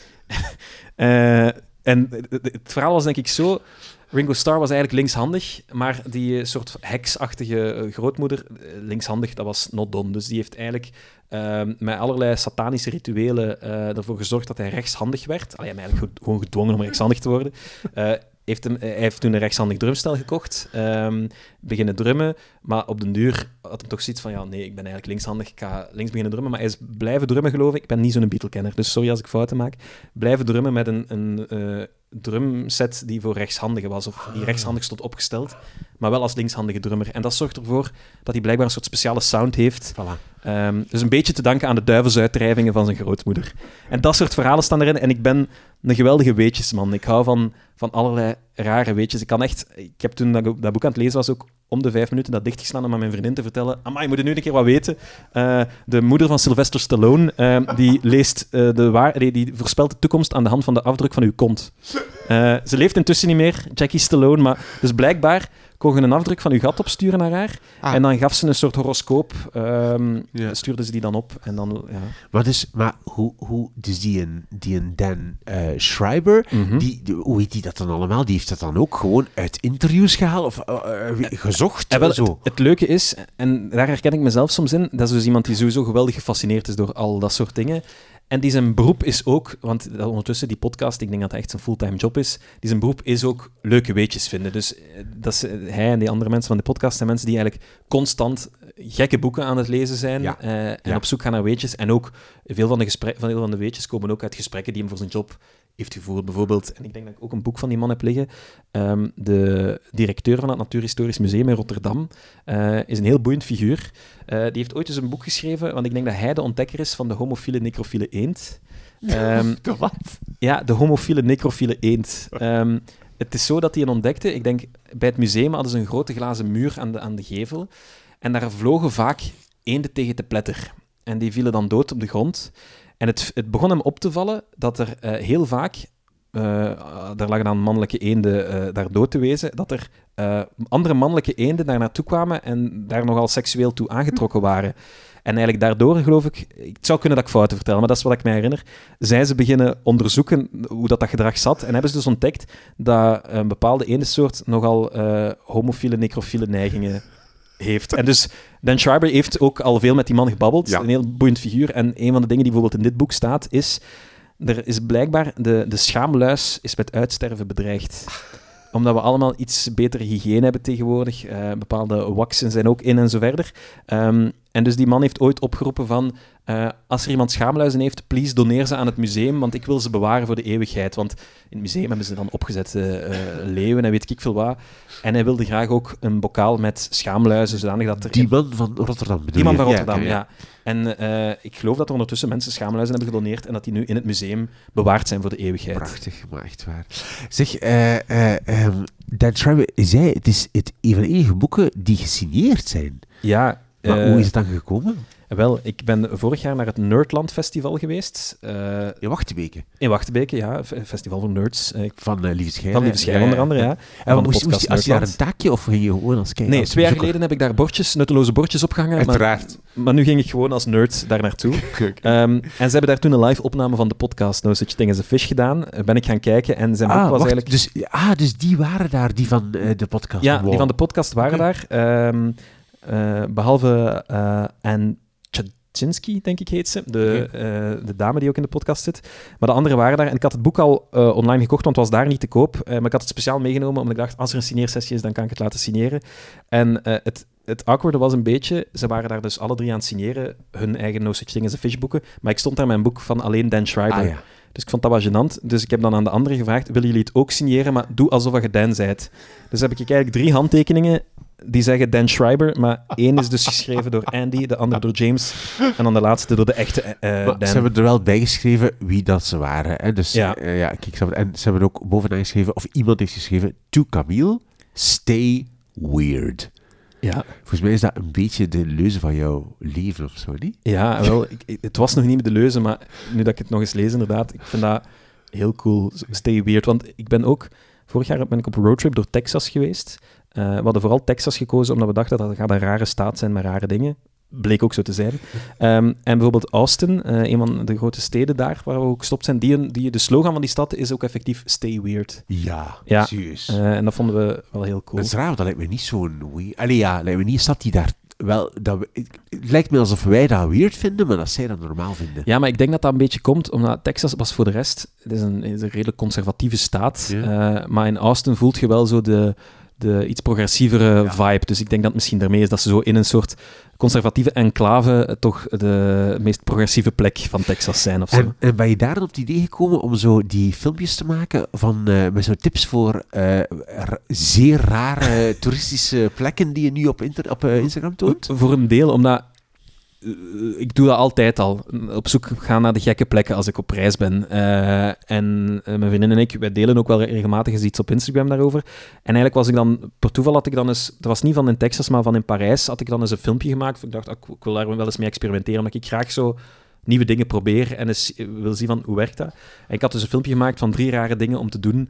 En het verhaal was denk ik zo... Ringo Starr was eigenlijk linkshandig, maar die soort heksachtige grootmoeder, linkshandig, dat was not done. Dus die heeft eigenlijk met allerlei satanische rituelen ervoor gezorgd dat hij rechtshandig werd. Hij heeft eigenlijk gewoon gedwongen om rechtshandig te worden. Hij heeft toen een rechtshandig drumstel gekocht, beginnen drummen, maar op den duur had hij toch zoiets van, ja, nee, ik ben eigenlijk linkshandig, ik ga links beginnen drummen, maar hij is blijven drummen, geloof ik. Ik ben niet zo'n Beatle-kenner, dus sorry als ik fouten maak. Blijven drummen met een drumset die voor rechtshandigen was, of die rechtshandig stond opgesteld, maar wel als linkshandige drummer. En dat zorgt ervoor dat hij blijkbaar een soort speciale sound heeft. Voilà. Dus een beetje te danken aan de duivelsuitdrijvingen van zijn grootmoeder. En dat soort verhalen staan erin. En ik ben een geweldige weetjesman. Ik hou van allerlei rare weetjes. Ik heb toen dat boek aan het lezen was ook om de 5 minuten dat dichtgeslaan om aan mijn vriendin te vertellen. Amai, je moet nu een keer wat weten. De moeder van Sylvester Stallone, die leest die voorspelt de toekomst aan de hand van de afdruk van uw kont. Ze leeft intussen niet meer, Jackie Stallone, maar dus blijkbaar kon je een afdruk van uw gat opsturen naar haar. En dan gaf ze een soort horoscoop. Stuurde ze die dan op. En dan, ja. Maar hoe dus die Dan Schreiber, hoe heet die dat dan allemaal? Die heeft dat dan ook gewoon uit interviews gehaald of gezocht? Het leuke is, en daar herken ik mezelf soms in, dat is dus iemand die sowieso geweldig gefascineerd is door al dat soort dingen. En die zijn beroep is ook, want ondertussen die podcast, ik denk dat hij echt zijn fulltime job is, die zijn beroep is ook leuke weetjes vinden. Dus hij en die andere mensen van de podcast zijn mensen die eigenlijk constant gekke boeken aan het lezen zijn en op zoek gaan naar weetjes. En ook veel van de weetjes komen ook uit gesprekken die hem voor zijn job heeft gevoerd. Bijvoorbeeld, en ik denk dat ik ook een boek van die man heb liggen, de directeur van het Natuurhistorisch Museum in Rotterdam is een heel boeiend figuur. Die heeft ooit eens een boek geschreven, want ik denk dat hij de ontdekker is van de homofiele necrofiele eend. De wat? Ja, de homofiele necrofiele eend. Het is zo dat hij een ontdekte. Ik denk, bij het museum hadden ze een grote glazen muur aan de gevel. En daar vlogen vaak eenden tegen te pletter. En die vielen dan dood op de grond. En het begon hem op te vallen dat er heel vaak, daar lagen dan mannelijke eenden daar dood te wezen, dat er andere mannelijke eenden daar naartoe kwamen en daar nogal seksueel toe aangetrokken waren. En eigenlijk daardoor, geloof ik, het zou kunnen dat ik fouten vertel, maar dat is wat ik me herinner, zijn ze beginnen onderzoeken hoe dat gedrag zat en hebben ze dus ontdekt dat een bepaalde eendensoort nogal homofiele, necrofiele neigingen heeft. En dus Dan Schreiber heeft ook al veel met die man gebabbeld. Ja. Een heel boeiend figuur. En een van de dingen die bijvoorbeeld in dit boek staat, is er is blijkbaar de schaamluis is met uitsterven bedreigd. Omdat we allemaal iets betere hygiëne hebben tegenwoordig. Bepaalde waxen zijn ook in en zo verder. En dus die man heeft ooit opgeroepen van... als er iemand schaamluizen heeft, please doneer ze aan het museum, want ik wil ze bewaren voor de eeuwigheid. Want in het museum hebben ze dan opgezette leeuwen en weet ik veel wat. En hij wilde graag ook een bokaal met schaamluizen, zodanig dat er... Die man van Rotterdam bedoel je? Die man van Rotterdam, ja. En ik geloof dat er ondertussen mensen schaamluizen hebben gedoneerd en dat die nu in het museum bewaard zijn voor de eeuwigheid. Prachtig, maar echt waar. Zeg, Dan Schreiber, het is een van de enige boeken die gesigneerd zijn. Ja. Maar hoe is het dan gekomen? Wel, ik ben vorig jaar naar het Nerdland Festival geweest. In Wachtebeke? In Wachtebeke, ja. Festival voor nerds. Van Lieve Schijl. Van Lieve Schijl, onder andere, ja. En moest je daar een taakje of ging je gewoon als kijker? Nee, 2 jaar geleden heb ik daar nutteloze bordjes opgehangen. Uiteraard. Maar nu ging ik gewoon als nerd daar naartoe. En ze hebben daar toen een live opname van de podcast No Such Thing as a Fish gedaan. Ben ik gaan kijken en zijn boek was eigenlijk... Dus die waren daar, die van de podcast? Ja, die van de podcast waren daar. Behalve Anne Chatchinski, denk ik heet ze. De dame die ook in de podcast zit. Maar de anderen waren daar. En ik had het boek al online gekocht, want het was daar niet te koop. Maar ik had het speciaal meegenomen, omdat ik dacht, als er een signeersessie is, dan kan ik het laten signeren. En het awkwarde was een beetje, ze waren daar dus alle 3 aan het signeren, hun eigen No Such Thing as a Fish boeken. Maar ik stond daar mijn boek van alleen Dan Schreiber. Ja. Dus ik vond dat wel gênant. Dus ik heb dan aan de anderen gevraagd, willen jullie het ook signeren, maar doe alsof je Dan zijt. Dus heb ik eigenlijk 3 handtekeningen die zeggen Dan Schreiber, maar één is dus geschreven door Andy, de andere door James, en dan de laatste door de echte Dan. Ze hebben er wel bij geschreven wie dat ze waren. Hè? Dus, Ja. Kijk, en ze hebben ook bovenaan geschreven, of iemand heeft geschreven, to Camille, stay weird. Ja. Volgens mij is dat een beetje de leuze van jouw leven of zo, niet? Ja, wel, het was nog niet de leuze, maar nu dat ik het nog eens lees, inderdaad, ik vind dat heel cool, stay weird. Want ik ben ook, vorig jaar ben ik op roadtrip door Texas geweest. We hadden vooral Texas gekozen, omdat we dachten dat het gaat een rare staat zijn met rare dingen. Bleek ook zo te zijn. En bijvoorbeeld Austin, een van de grote steden daar, waar we ook gestopt zijn, de slogan van die stad is ook effectief stay weird. Ja, serieus. En dat vonden we wel heel cool. Dat is raar, want dat lijkt me niet zo'n weird... Allee, ja, lijkt me niet een stad die daar wel... Het lijkt me alsof wij dat weird vinden, maar dat zij dat normaal vinden. Ja, maar ik denk dat dat een beetje komt, omdat Texas was voor de rest... Het is een redelijk conservatieve staat, maar in Austin voelt je wel zo de iets progressievere vibe. Dus ik denk dat het misschien daarmee is dat ze zo in een soort conservatieve enclave toch de meest progressieve plek van Texas zijn of zo. En ben je daar op het idee gekomen om zo die filmpjes te maken met zo tips voor zeer rare toeristische plekken die je nu op Instagram toont? Voor een deel, omdat ik doe dat altijd al. Op zoek gaan naar de gekke plekken als ik op reis ben. En mijn vriendin en ik, wij delen ook wel regelmatig eens iets op Instagram daarover. En eigenlijk was ik dan, per toeval had ik dan eens, dat was niet van in Texas, maar van in Parijs, had ik dan eens een filmpje gemaakt. Ik dacht, ik wil daar wel eens mee experimenteren, omdat ik graag zo nieuwe dingen probeer en eens wil zien van, hoe werkt dat? En ik had dus een filmpje gemaakt van 3 rare dingen om te doen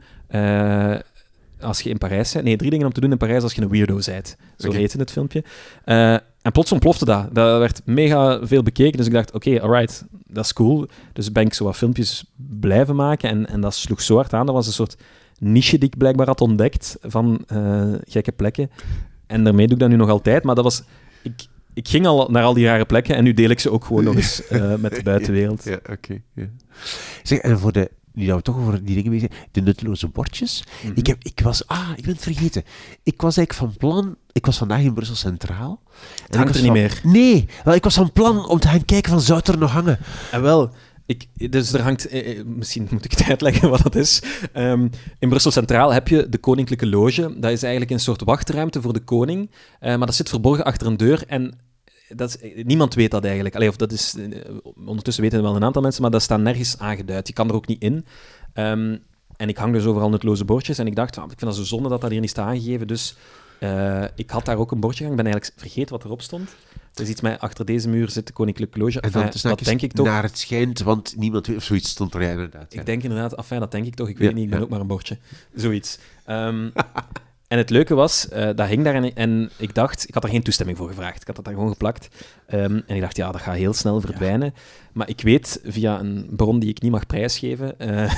als je in Parijs bent. Nee, 3 dingen om te doen in Parijs als je een weirdo bent. Zo heette het filmpje. En plots ontplofte dat. Dat werd mega veel bekeken. Dus ik dacht, oké, alright, dat is cool. Dus ben ik zo wat filmpjes blijven maken. En dat sloeg zo hard aan. Dat was een soort niche die ik blijkbaar had ontdekt van gekke plekken. En daarmee doe ik dat nu nog altijd. Maar dat was... Ik ging al naar al die rare plekken en nu deel ik ze ook gewoon nog eens met de buitenwereld. Ja, oké. Zeg, en voor nu dat we toch over die dingen bezig zijn, de nutteloze bordjes. Mm-hmm. Ik ben het vergeten. Ik was eigenlijk van plan... Ik was vandaag in Brussel Centraal. Het hangt er niet meer. Nee, wel, ik was van plan om te gaan kijken van, zou het er nog hangen? En wel... Dus er hangt... misschien moet ik het uitleggen wat dat is. In Brussel Centraal heb je de Koninklijke Loge. Dat is eigenlijk een soort wachtruimte voor de koning. Maar dat zit verborgen achter een deur en... niemand weet dat eigenlijk. Allee, of dat is, ondertussen weten wel een aantal mensen, maar dat staat nergens aangeduid. Je kan er ook niet in. En ik hang dus overal nutteloze bordjes. En ik dacht, ik vind dat zo zonde dat hier niet staat aangegeven. Dus ik had daar ook een bordje hangen. Ik ben eigenlijk vergeten wat erop stond. Er is iets met achter deze muur zit de Koninklijke Loge. En dat denk ik toch. Naar het schijnt, want niemand weet of zoiets stond er inderdaad. Ik denk inderdaad, dat denk ik toch. Ik weet niet, ik ben ook maar een bordje. Zoiets. En het leuke was, dat hing daar en ik dacht... Ik had er geen toestemming voor gevraagd. Ik had dat daar gewoon geplakt. En ik dacht, dat gaat heel snel verdwijnen. Ja. Maar ik weet, via een bron die ik niet mag prijsgeven,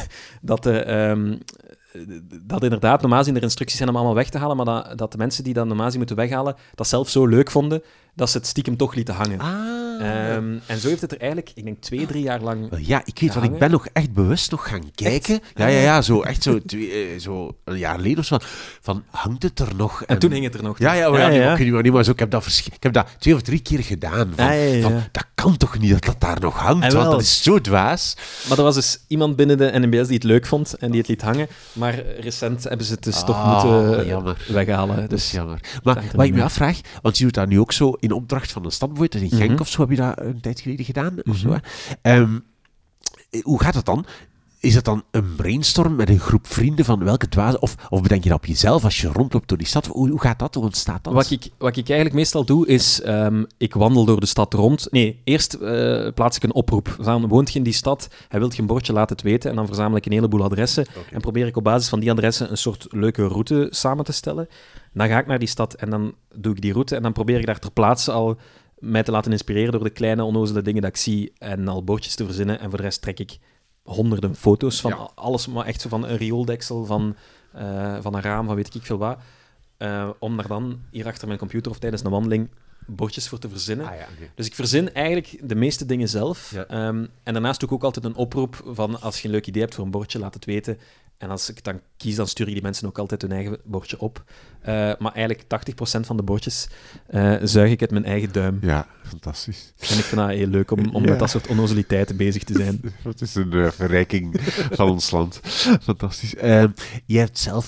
dat inderdaad normaal gezien er instructies zijn om allemaal weg te halen, maar dat de mensen die dat normaal gezien moeten weghalen, dat zelf zo leuk vonden, dat ze het stiekem toch lieten hangen. En zo heeft het er eigenlijk, ik denk 2-3 jaar lang ja, ik weet, want ik ben nog echt bewust nog gaan kijken. Echt? Zo een jaar geleden of zo. Van, hangt het er nog? En toen hing het er nog. Ik heb dat 2 of 3 keer gedaan. Van, dat kan toch niet dat dat daar nog hangt? Want dat is zo dwaas. Maar er was dus iemand binnen de NMBS die het leuk vond en die het liet hangen. Maar recent hebben ze het dus toch moeten weghalen. Dus dat is jammer. Maar wat ik me afvraag, want je doet dat nu ook zo in opdracht van een stad, bijvoorbeeld in Genk of zo, heb je dat een tijd geleden gedaan? Of zo, hoe gaat het dan? Is het dan een brainstorm met een groep vrienden van welke dwazen? Of bedenk je dat op jezelf als je rondloopt door die stad? Hoe gaat dat? Hoe ontstaat dat? Wat ik eigenlijk meestal doe, is ik wandel door de stad rond. Nee, eerst plaats ik een oproep. Dan woont je in die stad, hij wilt je een bordje, laat het weten. En dan verzamel ik een heleboel adressen. En probeer ik op basis van die adressen een soort leuke route samen te stellen. Dan ga ik naar die stad en dan doe ik die route. En dan probeer ik daar ter plaatse al mij te laten inspireren door de kleine onnozele dingen dat ik zie. En al bordjes te verzinnen. En voor de rest trek ik honderden foto's van alles, maar echt zo van een riooldeksel, van een raam, van weet ik veel wat. Om daar dan hier achter mijn computer of tijdens een wandeling bordjes voor te verzinnen. Dus ik verzin eigenlijk de meeste dingen zelf. Ja. En daarnaast doe ik ook altijd een oproep van als je een leuk idee hebt voor een bordje, laat het weten. En als ik het dan kies, dan stuur ik die mensen ook altijd hun eigen bordje op. Maar eigenlijk 80% van de bordjes zuig ik uit mijn eigen duim. Ja, fantastisch. En ik vind dat heel leuk om met dat soort onnozeliteiten bezig te zijn. Dat is een verrijking van ons land. Fantastisch. Je hebt zelf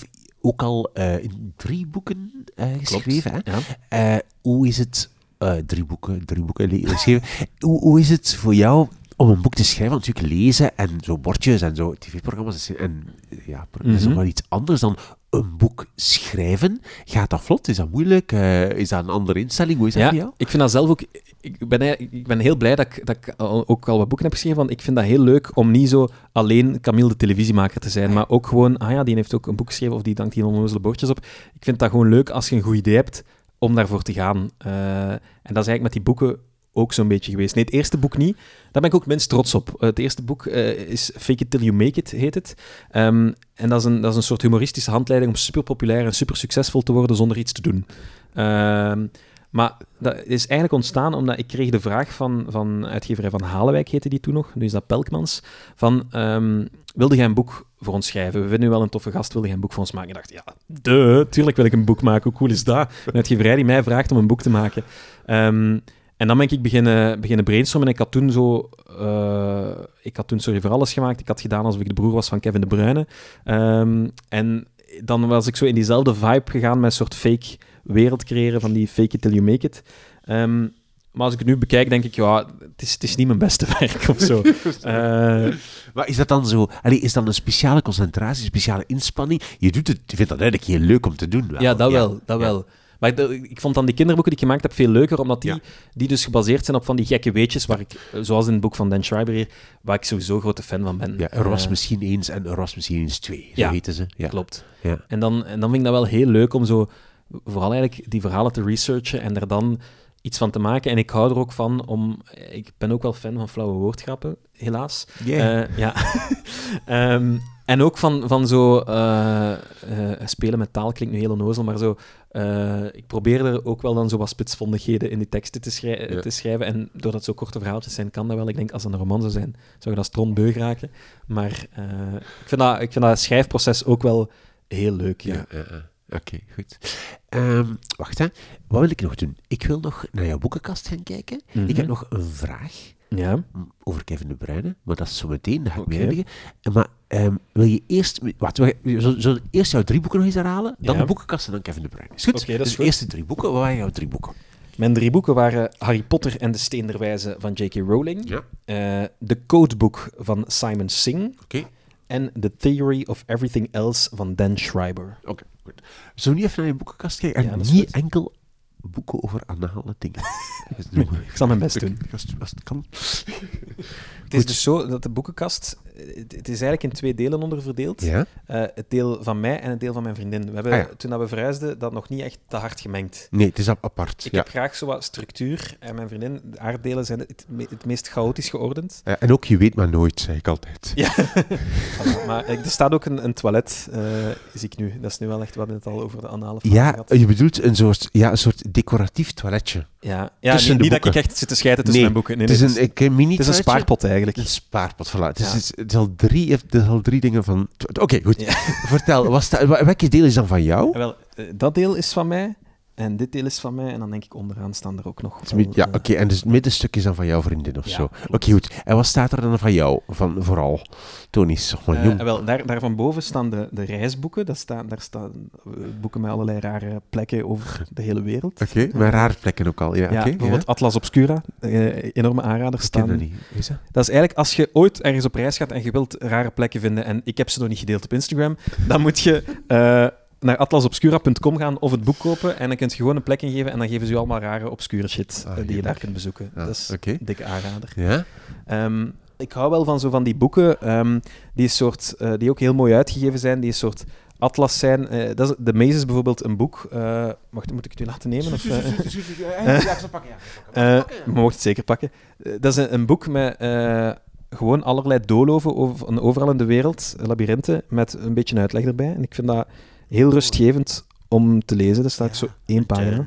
ook al in 3 boeken geschreven. Hè? Ja. Hoe is het... 3 boeken geschreven. Hoe is het voor jou om een boek te schrijven? Want natuurlijk lezen en zo bordjes en zo tv-programma's en dat is nog wel iets anders dan een boek schrijven. Gaat dat vlot? Is dat moeilijk? Is dat een andere instelling? Hoe is dat voor jou? Ik vind dat zelf ook... Ik ben heel blij dat ik ook al wat boeken heb geschreven, want ik vind dat heel leuk om niet zo alleen Camille de televisiemaker te zijn, maar ook gewoon, die heeft ook een boek geschreven of die dankt hier onnozele bordjes op. Ik vind dat gewoon leuk als je een goed idee hebt om daarvoor te gaan. En dat is eigenlijk met die boeken ook zo'n beetje geweest. Nee, het eerste boek niet. Daar ben ik ook minst trots op. Het eerste boek is Fake It Till You Make It, heet het. En dat is een soort humoristische handleiding om super populair en super succesvol te worden zonder iets te doen. Maar dat is eigenlijk ontstaan omdat ik kreeg de vraag van uitgeverij Van Halewijk, heette die toen nog, nu is dat Pelkmans, van wilde jij een boek voor ons schrijven? We vinden u wel een toffe gast, wilde jij een boek voor ons maken? Ik dacht, tuurlijk wil ik een boek maken, hoe cool is dat? Een uitgeverij die mij vraagt om een boek te maken. En dan ben ik beginnen brainstormen. En ik had toen Sorry voor Alles gemaakt. Ik had gedaan alsof ik de broer was van Kevin De Bruyne. En dan was ik zo in diezelfde vibe gegaan met een soort fake wereld creëren van die Fake It Till You Make It. Maar als ik het nu bekijk, denk ik, het is niet mijn beste werk of zo. Maar is dat dan zo... is dat een speciale concentratie, een speciale inspanning? Je vindt dat eigenlijk heel leuk om te doen. Wel. Ja, dat wel. Maar ik vond dan die kinderboeken die ik gemaakt heb veel leuker, omdat die dus gebaseerd zijn op van die gekke weetjes, zoals in het boek van Dan Schreiber hier, waar ik sowieso grote fan van ben. Ja, er was misschien eens en er was misschien eens 2, zo heten ze. Ja, klopt. Ja. En dan vind ik dat wel heel leuk om zo, vooral eigenlijk die verhalen te researchen en er dan iets van te maken. En ik hou er ook van ik ben ook wel fan van flauwe woordgrappen, helaas. Yeah. En ook van zo... spelen met taal klinkt nu heel onnozel, maar zo... ik probeer er ook wel dan zo wat spitsvondigheden in die teksten te schrijven. En doordat het zo korte verhaaltjes zijn, kan dat wel. Ik denk, als het een roman zou zijn, zou je dat strontbeu raken. Maar ik vind dat schrijfproces ook wel heel leuk. Ja. Oké, goed. Wacht, hè. Wat wil ik nog doen? Ik wil nog naar jouw boekenkast gaan kijken. Mm-hmm. Ik heb nog een vraag over Kevin De Bruyne, maar dat is zo meteen, dat ga ik mee eindigen. Maar wil je eerst... we zullen eerst jouw 3 boeken nog eens herhalen, dan de boekenkast en dan Kevin De Bruyne. Is goed? Okay, dat is dus goed. De eerste 3 boeken. Wat waren jouw 3 boeken? Mijn 3 boeken waren Harry Potter en de Steen der Wijze van J.K. Rowling, The Codebook van Simon Singh en The Theory of Everything Else van Dan Schreiber. Oké, goed. Zullen we niet even naar je boekenkast kijken? En niet enkel boeken over anale dingen. Ik zal mijn best doen. Als het kan. Het is dus zo dat de boekenkast... Het is eigenlijk in 2 delen onderverdeeld. Ja? Het deel van mij en het deel van mijn vriendin. We hebben, toen we verhuisden, dat nog niet echt te hard gemengd. Nee, het is apart. Ik heb graag zo wat structuur. En mijn vriendin, haar delen zijn het meest chaotisch geordend. En ook je weet maar nooit, zeg ik altijd. Ja. Maar er staat ook een toilet, zie ik nu. Dat is nu wel echt wat we het al over de anale vraag had. Je bedoelt een soort decoratief toiletje. Ja, niet dat ik echt zit te scheiden tussen mijn boeken. Nee, het is een spaarpot eigenlijk. Een spaarpot, voilà. Het is al 3 dingen van... Oké, goed. Ja. Vertel, welke deel is dan van jou? Wel, dat deel is van mij. En dit deel is van mij. En dan denk ik onderaan staan er ook nog... Oké. En dus het middenstuk is dan van jouw vriendin of zo. Oké, goed. En wat staat er dan van jou? Vooral. Tony is nog maar jong. Wel, daar van boven staan de reisboeken. Daar staan boeken met allerlei rare plekken over de hele wereld. Oké, maar rare plekken ook al. Ja, bijvoorbeeld Atlas Obscura. Enorme aanraders staan. Dat niet. Is dat? Dat is eigenlijk, als je ooit ergens op reis gaat en je wilt rare plekken vinden, en ik heb ze nog niet gedeeld op Instagram, dan moet je... naar atlasobscura.com gaan of het boek kopen en dan kun je gewoon een plek ingeven en dan geven ze je allemaal rare obscure shit die je daar kunt bezoeken. Dat is een dikke aanrader. Ja? Ik hou wel van die boeken die ook heel mooi uitgegeven zijn, die een soort atlas zijn. De Maze is bijvoorbeeld een boek... Wacht, moet ik het u laten nemen? Of, ja, ik zal pakken. Je mag het zeker pakken. Dat is een boek met... gewoon allerlei doolhoven overal in de wereld, labyrinthen, met een beetje uitleg erbij. En ik vind dat heel rustgevend om te lezen. Er staat zo 1 pagina.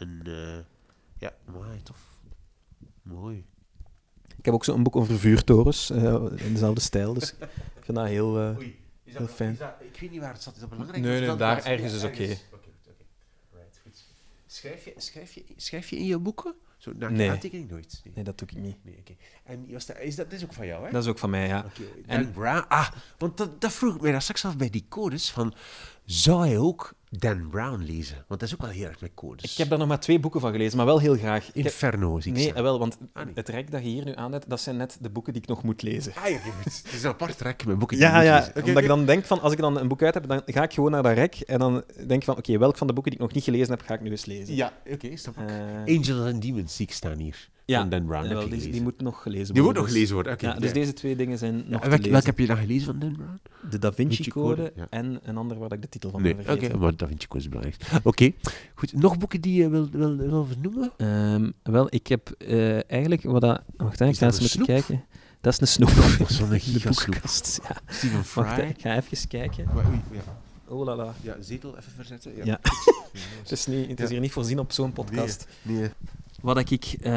Mooi, tof. Mooi. Ik heb ook zo'n boek over vuurtorens, in dezelfde stijl. Dus ik vind dat heel, heel fijn. Ik weet niet waar het staat. Is dat belangrijk? Nee, daar ergens is oké. Schrijf je in je boeken? Zo, na Nee. aantekening nooit? Nee, dat doe ik niet. Nee, oké. En dat is ook van jou, hè? Dat is ook van mij, ja. Oké, Dan Brown. Want dat vroeg ik mij daar straks af bij die codes, van... Zou hij ook Dan Brown lezen? Want dat is ook wel heel erg met codes. Ik heb daar nog maar 2 boeken van gelezen, maar wel heel graag. Inferno, zie ik Nee, staan. wel, want nee. het rek dat je hier nu aanduidt, dat zijn net de boeken die ik nog moet lezen. Ah, ja, goed. Het is een apart rek met boeken die Ja, je moet ja. lezen. Oké, Omdat ik oké. dan denk van, als ik dan een boek uit heb, dan ga ik gewoon naar dat rek en dan denk ik van, oké, welk van de boeken die ik nog niet gelezen heb, ga ik nu eens lezen. Ja, oké, snap ik. Eh, Angels and Demons zie ik staan hier. Ja, Van Dan Brown. Heb wel, je die gelezen? moet nog gelezen worden. Die moet nog dus- gelezen worden, oké. Ja, dus deze 2 dingen zijn nog te lezen. Welk heb je dan gelezen van Dan Brown? De Da Vinci Code ja. en een ander waar ik de titel van Nee, ben oké, vergeten. maar Da Vinci Code is belangrijk. Oké, goed. Nog boeken die je wil vernoemen? Wel, ik heb eigenlijk... Wacht, ik Is ga dat eens een moeten snoep? kijken. Dat is een snoep. Zo'n De gigasnoep. boekenkast. Ja. Stephen Wacht, Fry. ik ga even kijken. Oei, ja. Oh la la. Ja, zetel even verzetten. Ja. Het is hier niet voorzien op zo'n podcast. Nee. Wat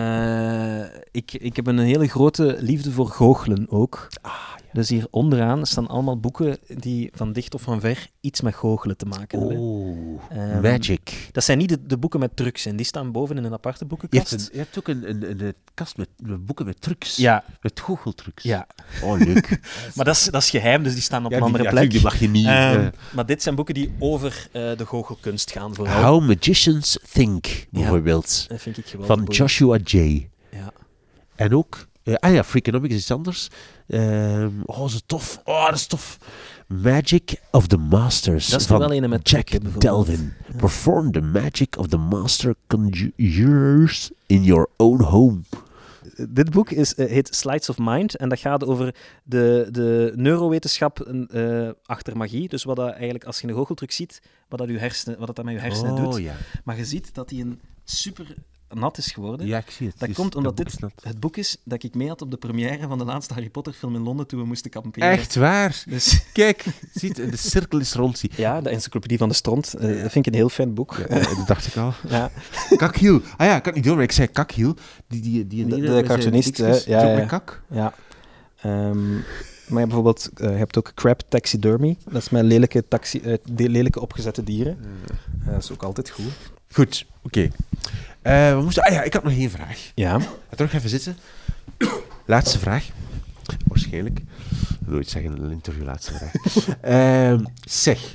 ik heb een hele grote liefde voor goochelen ook. Dus hier onderaan staan allemaal boeken die van dicht of van ver iets met goochelen te maken hebben. Oh, Ehm, magic. Dat zijn niet de boeken met trucs in, die staan boven in een aparte Je boekenkast. hebt ook een kast met boeken met trucs. Ja, Met goocheltrucs. ja. Oh, leuk. Maar dat is geheim, dus die staan op Ja, een andere die, plek. Die mag je niet. Maar dit zijn boeken die over de goochelkunst gaan vooral. How Magicians Think, bijvoorbeeld. Dat vind ik geweldig. Van boeiend. Joshua J. Ja. En ook... Freakonomics is iets anders. Zo tof. Oh, dat is tof. Magic of the Masters. Dat is van wel een met Jack truc, hè, bijvoorbeeld. Delvin. Perform the magic of the master conjurers in your own home. Dit boek heet Sleights of Mind en dat gaat over de neurowetenschap achter magie. Dus wat dat eigenlijk, als je een goocheltruc ziet, wat dat met je hersenen doet. Ja. Maar je ziet dat die een super nat is geworden. Ja, ik zie het. Dat Dus komt omdat boek dit is nat. het boek is dat ik mee had op de première van de laatste Harry Potter film in Londen toen we moesten kamperen. Echt waar. Dus, Kijk, ziet, de cirkel is rond. ja, de Encyclopedie van de Stront. Dat vind ik een heel fijn boek. Dat dacht ik al. Ja. Kakhiel. Ah ja, ik had het niet door, maar ik zei Kakhiel. Die De ene met zijn cartoonist, dikjes. hè. Ja, Is ook ja. met kak. Ja. Maar bijvoorbeeld, je hebt ook crab taxidermy. Dat is met lelijke opgezette dieren. Dat is ook altijd goed. Goed, oké. We moesten... ik had nog één vraag. Ja. Ga terug even zitten. Laatste vraag. Waarschijnlijk. Nooit zeggen in een interview, laatste vraag. Zeg,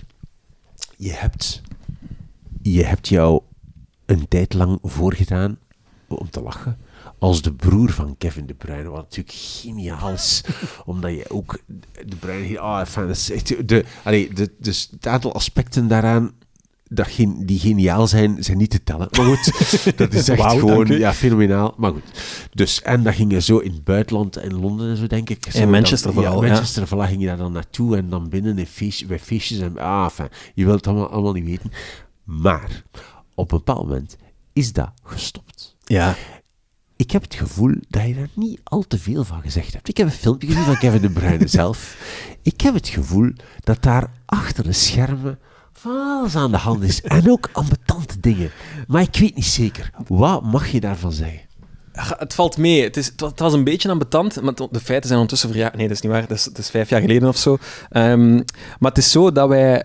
je hebt jou een tijd lang voorgedaan om te lachen als de broer van Kevin De Bruyne, wat natuurlijk geniaal is, omdat je ook De Bruyne... dat is echt dus het aantal aspecten daaraan die geniaal zijn niet te tellen. Maar goed, dat is echt Wauw, gewoon dank u. fenomenaal. Maar goed. Dus, en dat ging je zo in het buitenland, in Londen en zo, denk ik. Zo In Manchester vooral, Ja, Manchester, vooral ging je daar dan naartoe en dan binnen bij feestjes. En, je wilt het allemaal niet weten. Maar, op een bepaald moment is dat gestopt. Ja. Ik heb het gevoel dat je daar niet al te veel van gezegd hebt. Ik heb een filmpje gezien van Kevin De Bruyne zelf. Ik heb het gevoel dat daar achter de schermen van alles aan de hand is. En ook ambetante dingen. Maar ik weet niet zeker. Wat mag je daarvan zeggen? Het valt mee. Het was een beetje ambetant, maar de feiten zijn ondertussen verjaard. Nee, dat is niet waar. Dat is 5 jaar geleden of zo. Maar het is zo dat wij...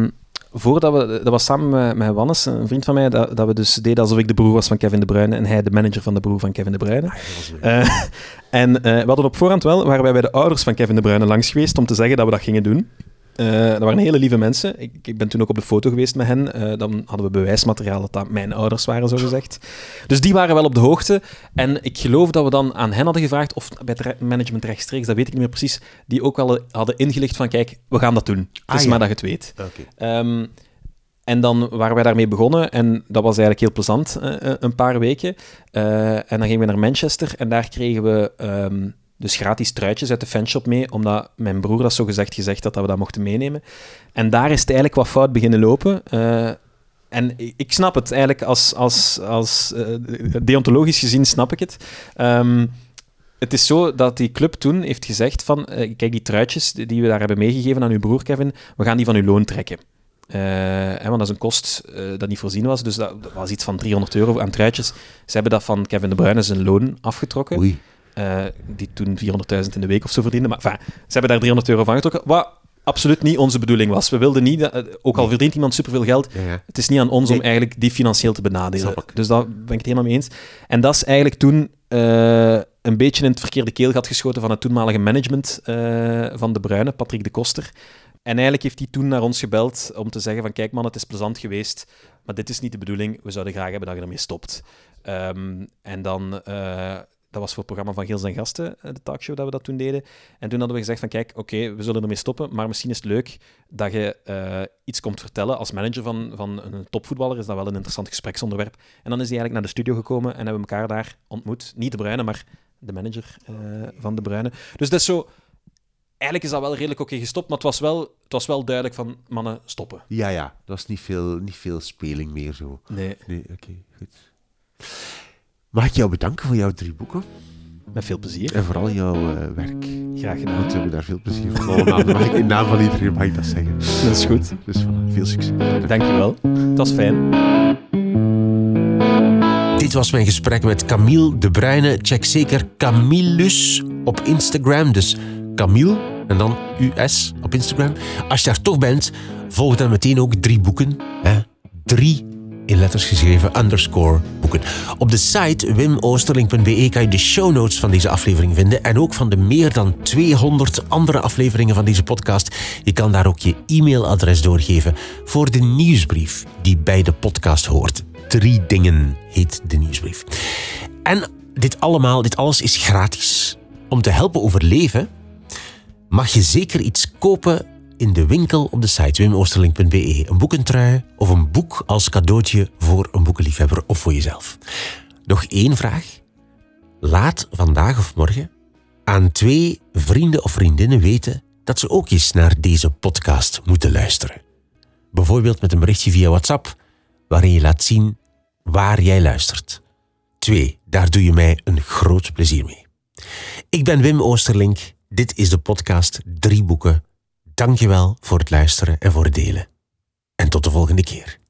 dat was samen met Wannes, een vriend van mij, dat we dus deden alsof ik de broer was van Kevin De Bruyne en hij de manager van de broer van Kevin De Bruyne. We hadden op voorhand waren wij bij de ouders van Kevin De Bruyne langs geweest om te zeggen dat we dat gingen doen. Dat waren hele lieve mensen. Ik ben toen ook op de foto geweest met hen. Dan hadden we bewijsmateriaal dat mijn ouders waren, zogezegd. Dus die waren wel op de hoogte. En ik geloof dat we dan aan hen hadden gevraagd, of bij het management rechtstreeks, dat weet ik niet meer precies, die ook al hadden ingelicht van, kijk, we gaan dat doen. Het is maar dat je het weet. Okay. En dan waren wij daarmee begonnen en dat was eigenlijk heel plezant, een paar weken. En dan gingen we naar Manchester en daar kregen we... dus gratis truitjes uit de fanshop mee, omdat mijn broer dat zo gezegd had dat we dat mochten meenemen. En daar is het eigenlijk wat fout beginnen lopen. En ik snap het eigenlijk, als deontologisch gezien snap ik het. Het is zo dat die club toen heeft gezegd van, kijk, die truitjes die we daar hebben meegegeven aan uw broer Kevin, we gaan die van uw loon trekken. Want dat is een kost dat niet voorzien was, dus dat was iets van €300 aan truitjes. Ze hebben dat van Kevin De Bruyne zijn loon afgetrokken. Oei. Die toen 400.000 in de week of zo verdiende. Maar ze hebben daar €300 van getrokken. Wat absoluut niet onze bedoeling was. We wilden niet, ook al verdient iemand superveel geld, het is niet aan ons om eigenlijk die financieel te benadelen. Dus daar ben ik het helemaal mee eens. En dat is eigenlijk toen een beetje in het verkeerde keelgat geschoten van het toenmalige management van De Bruyne, Patrick de Koster. En eigenlijk heeft hij toen naar ons gebeld om te zeggen van kijk man, het is plezant geweest, maar dit is niet de bedoeling. We zouden graag hebben dat je ermee stopt. En dan... dat was voor het programma van Gils en Gasten, de talkshow, dat we dat toen deden. En toen hadden we gezegd van kijk, oké, we zullen ermee stoppen, maar misschien is het leuk dat je iets komt vertellen. Als manager van een topvoetballer is dat wel een interessant gespreksonderwerp. En dan is hij eigenlijk naar de studio gekomen en hebben we elkaar daar ontmoet. Niet De Bruyne, maar de manager van De Bruyne. Dus dat is zo... Eigenlijk is dat wel redelijk oké gestopt, maar het was wel duidelijk van mannen, stoppen. Ja, dat was niet veel speling meer zo. Nee, oké, goed. Mag ik jou bedanken voor jouw 3 boeken? Met veel plezier. En vooral jouw werk. Graag gedaan. Want we hebben daar veel plezier van. Allemaal. In naam van iedereen mag ik dat zeggen. Dat is goed. Dus voilà, veel succes. Dankjewel. Het was fijn. Dit was mijn gesprek met Camille De Bruyne. Check zeker Camillus op Instagram. Dus Camille en dan US op Instagram. Als je daar toch bent, volg dan meteen ook 3 boeken. 3 in letters geschreven, _boeken. Op de site wimoosterling.be kan je de show notes van deze aflevering vinden en ook van de meer dan 200 andere afleveringen van deze podcast. Je kan daar ook je e-mailadres doorgeven voor de nieuwsbrief die bij de podcast hoort. 3 dingen heet de nieuwsbrief. En dit alles is gratis. Om te helpen overleven mag je zeker iets kopen in de winkel op de site wimoosterling.be. Een boekentrui of een boek als cadeautje voor een boekenliefhebber of voor jezelf. Nog 1 vraag. Laat vandaag of morgen aan 2 vrienden of vriendinnen weten dat ze ook eens naar deze podcast moeten luisteren. Bijvoorbeeld met een berichtje via WhatsApp waarin je laat zien waar jij luistert. 2, daar doe je mij een groot plezier mee. Ik ben Wim Oosterlink. Dit is de podcast 3 boeken. Dank je wel voor het luisteren en voor het delen. En tot de volgende keer.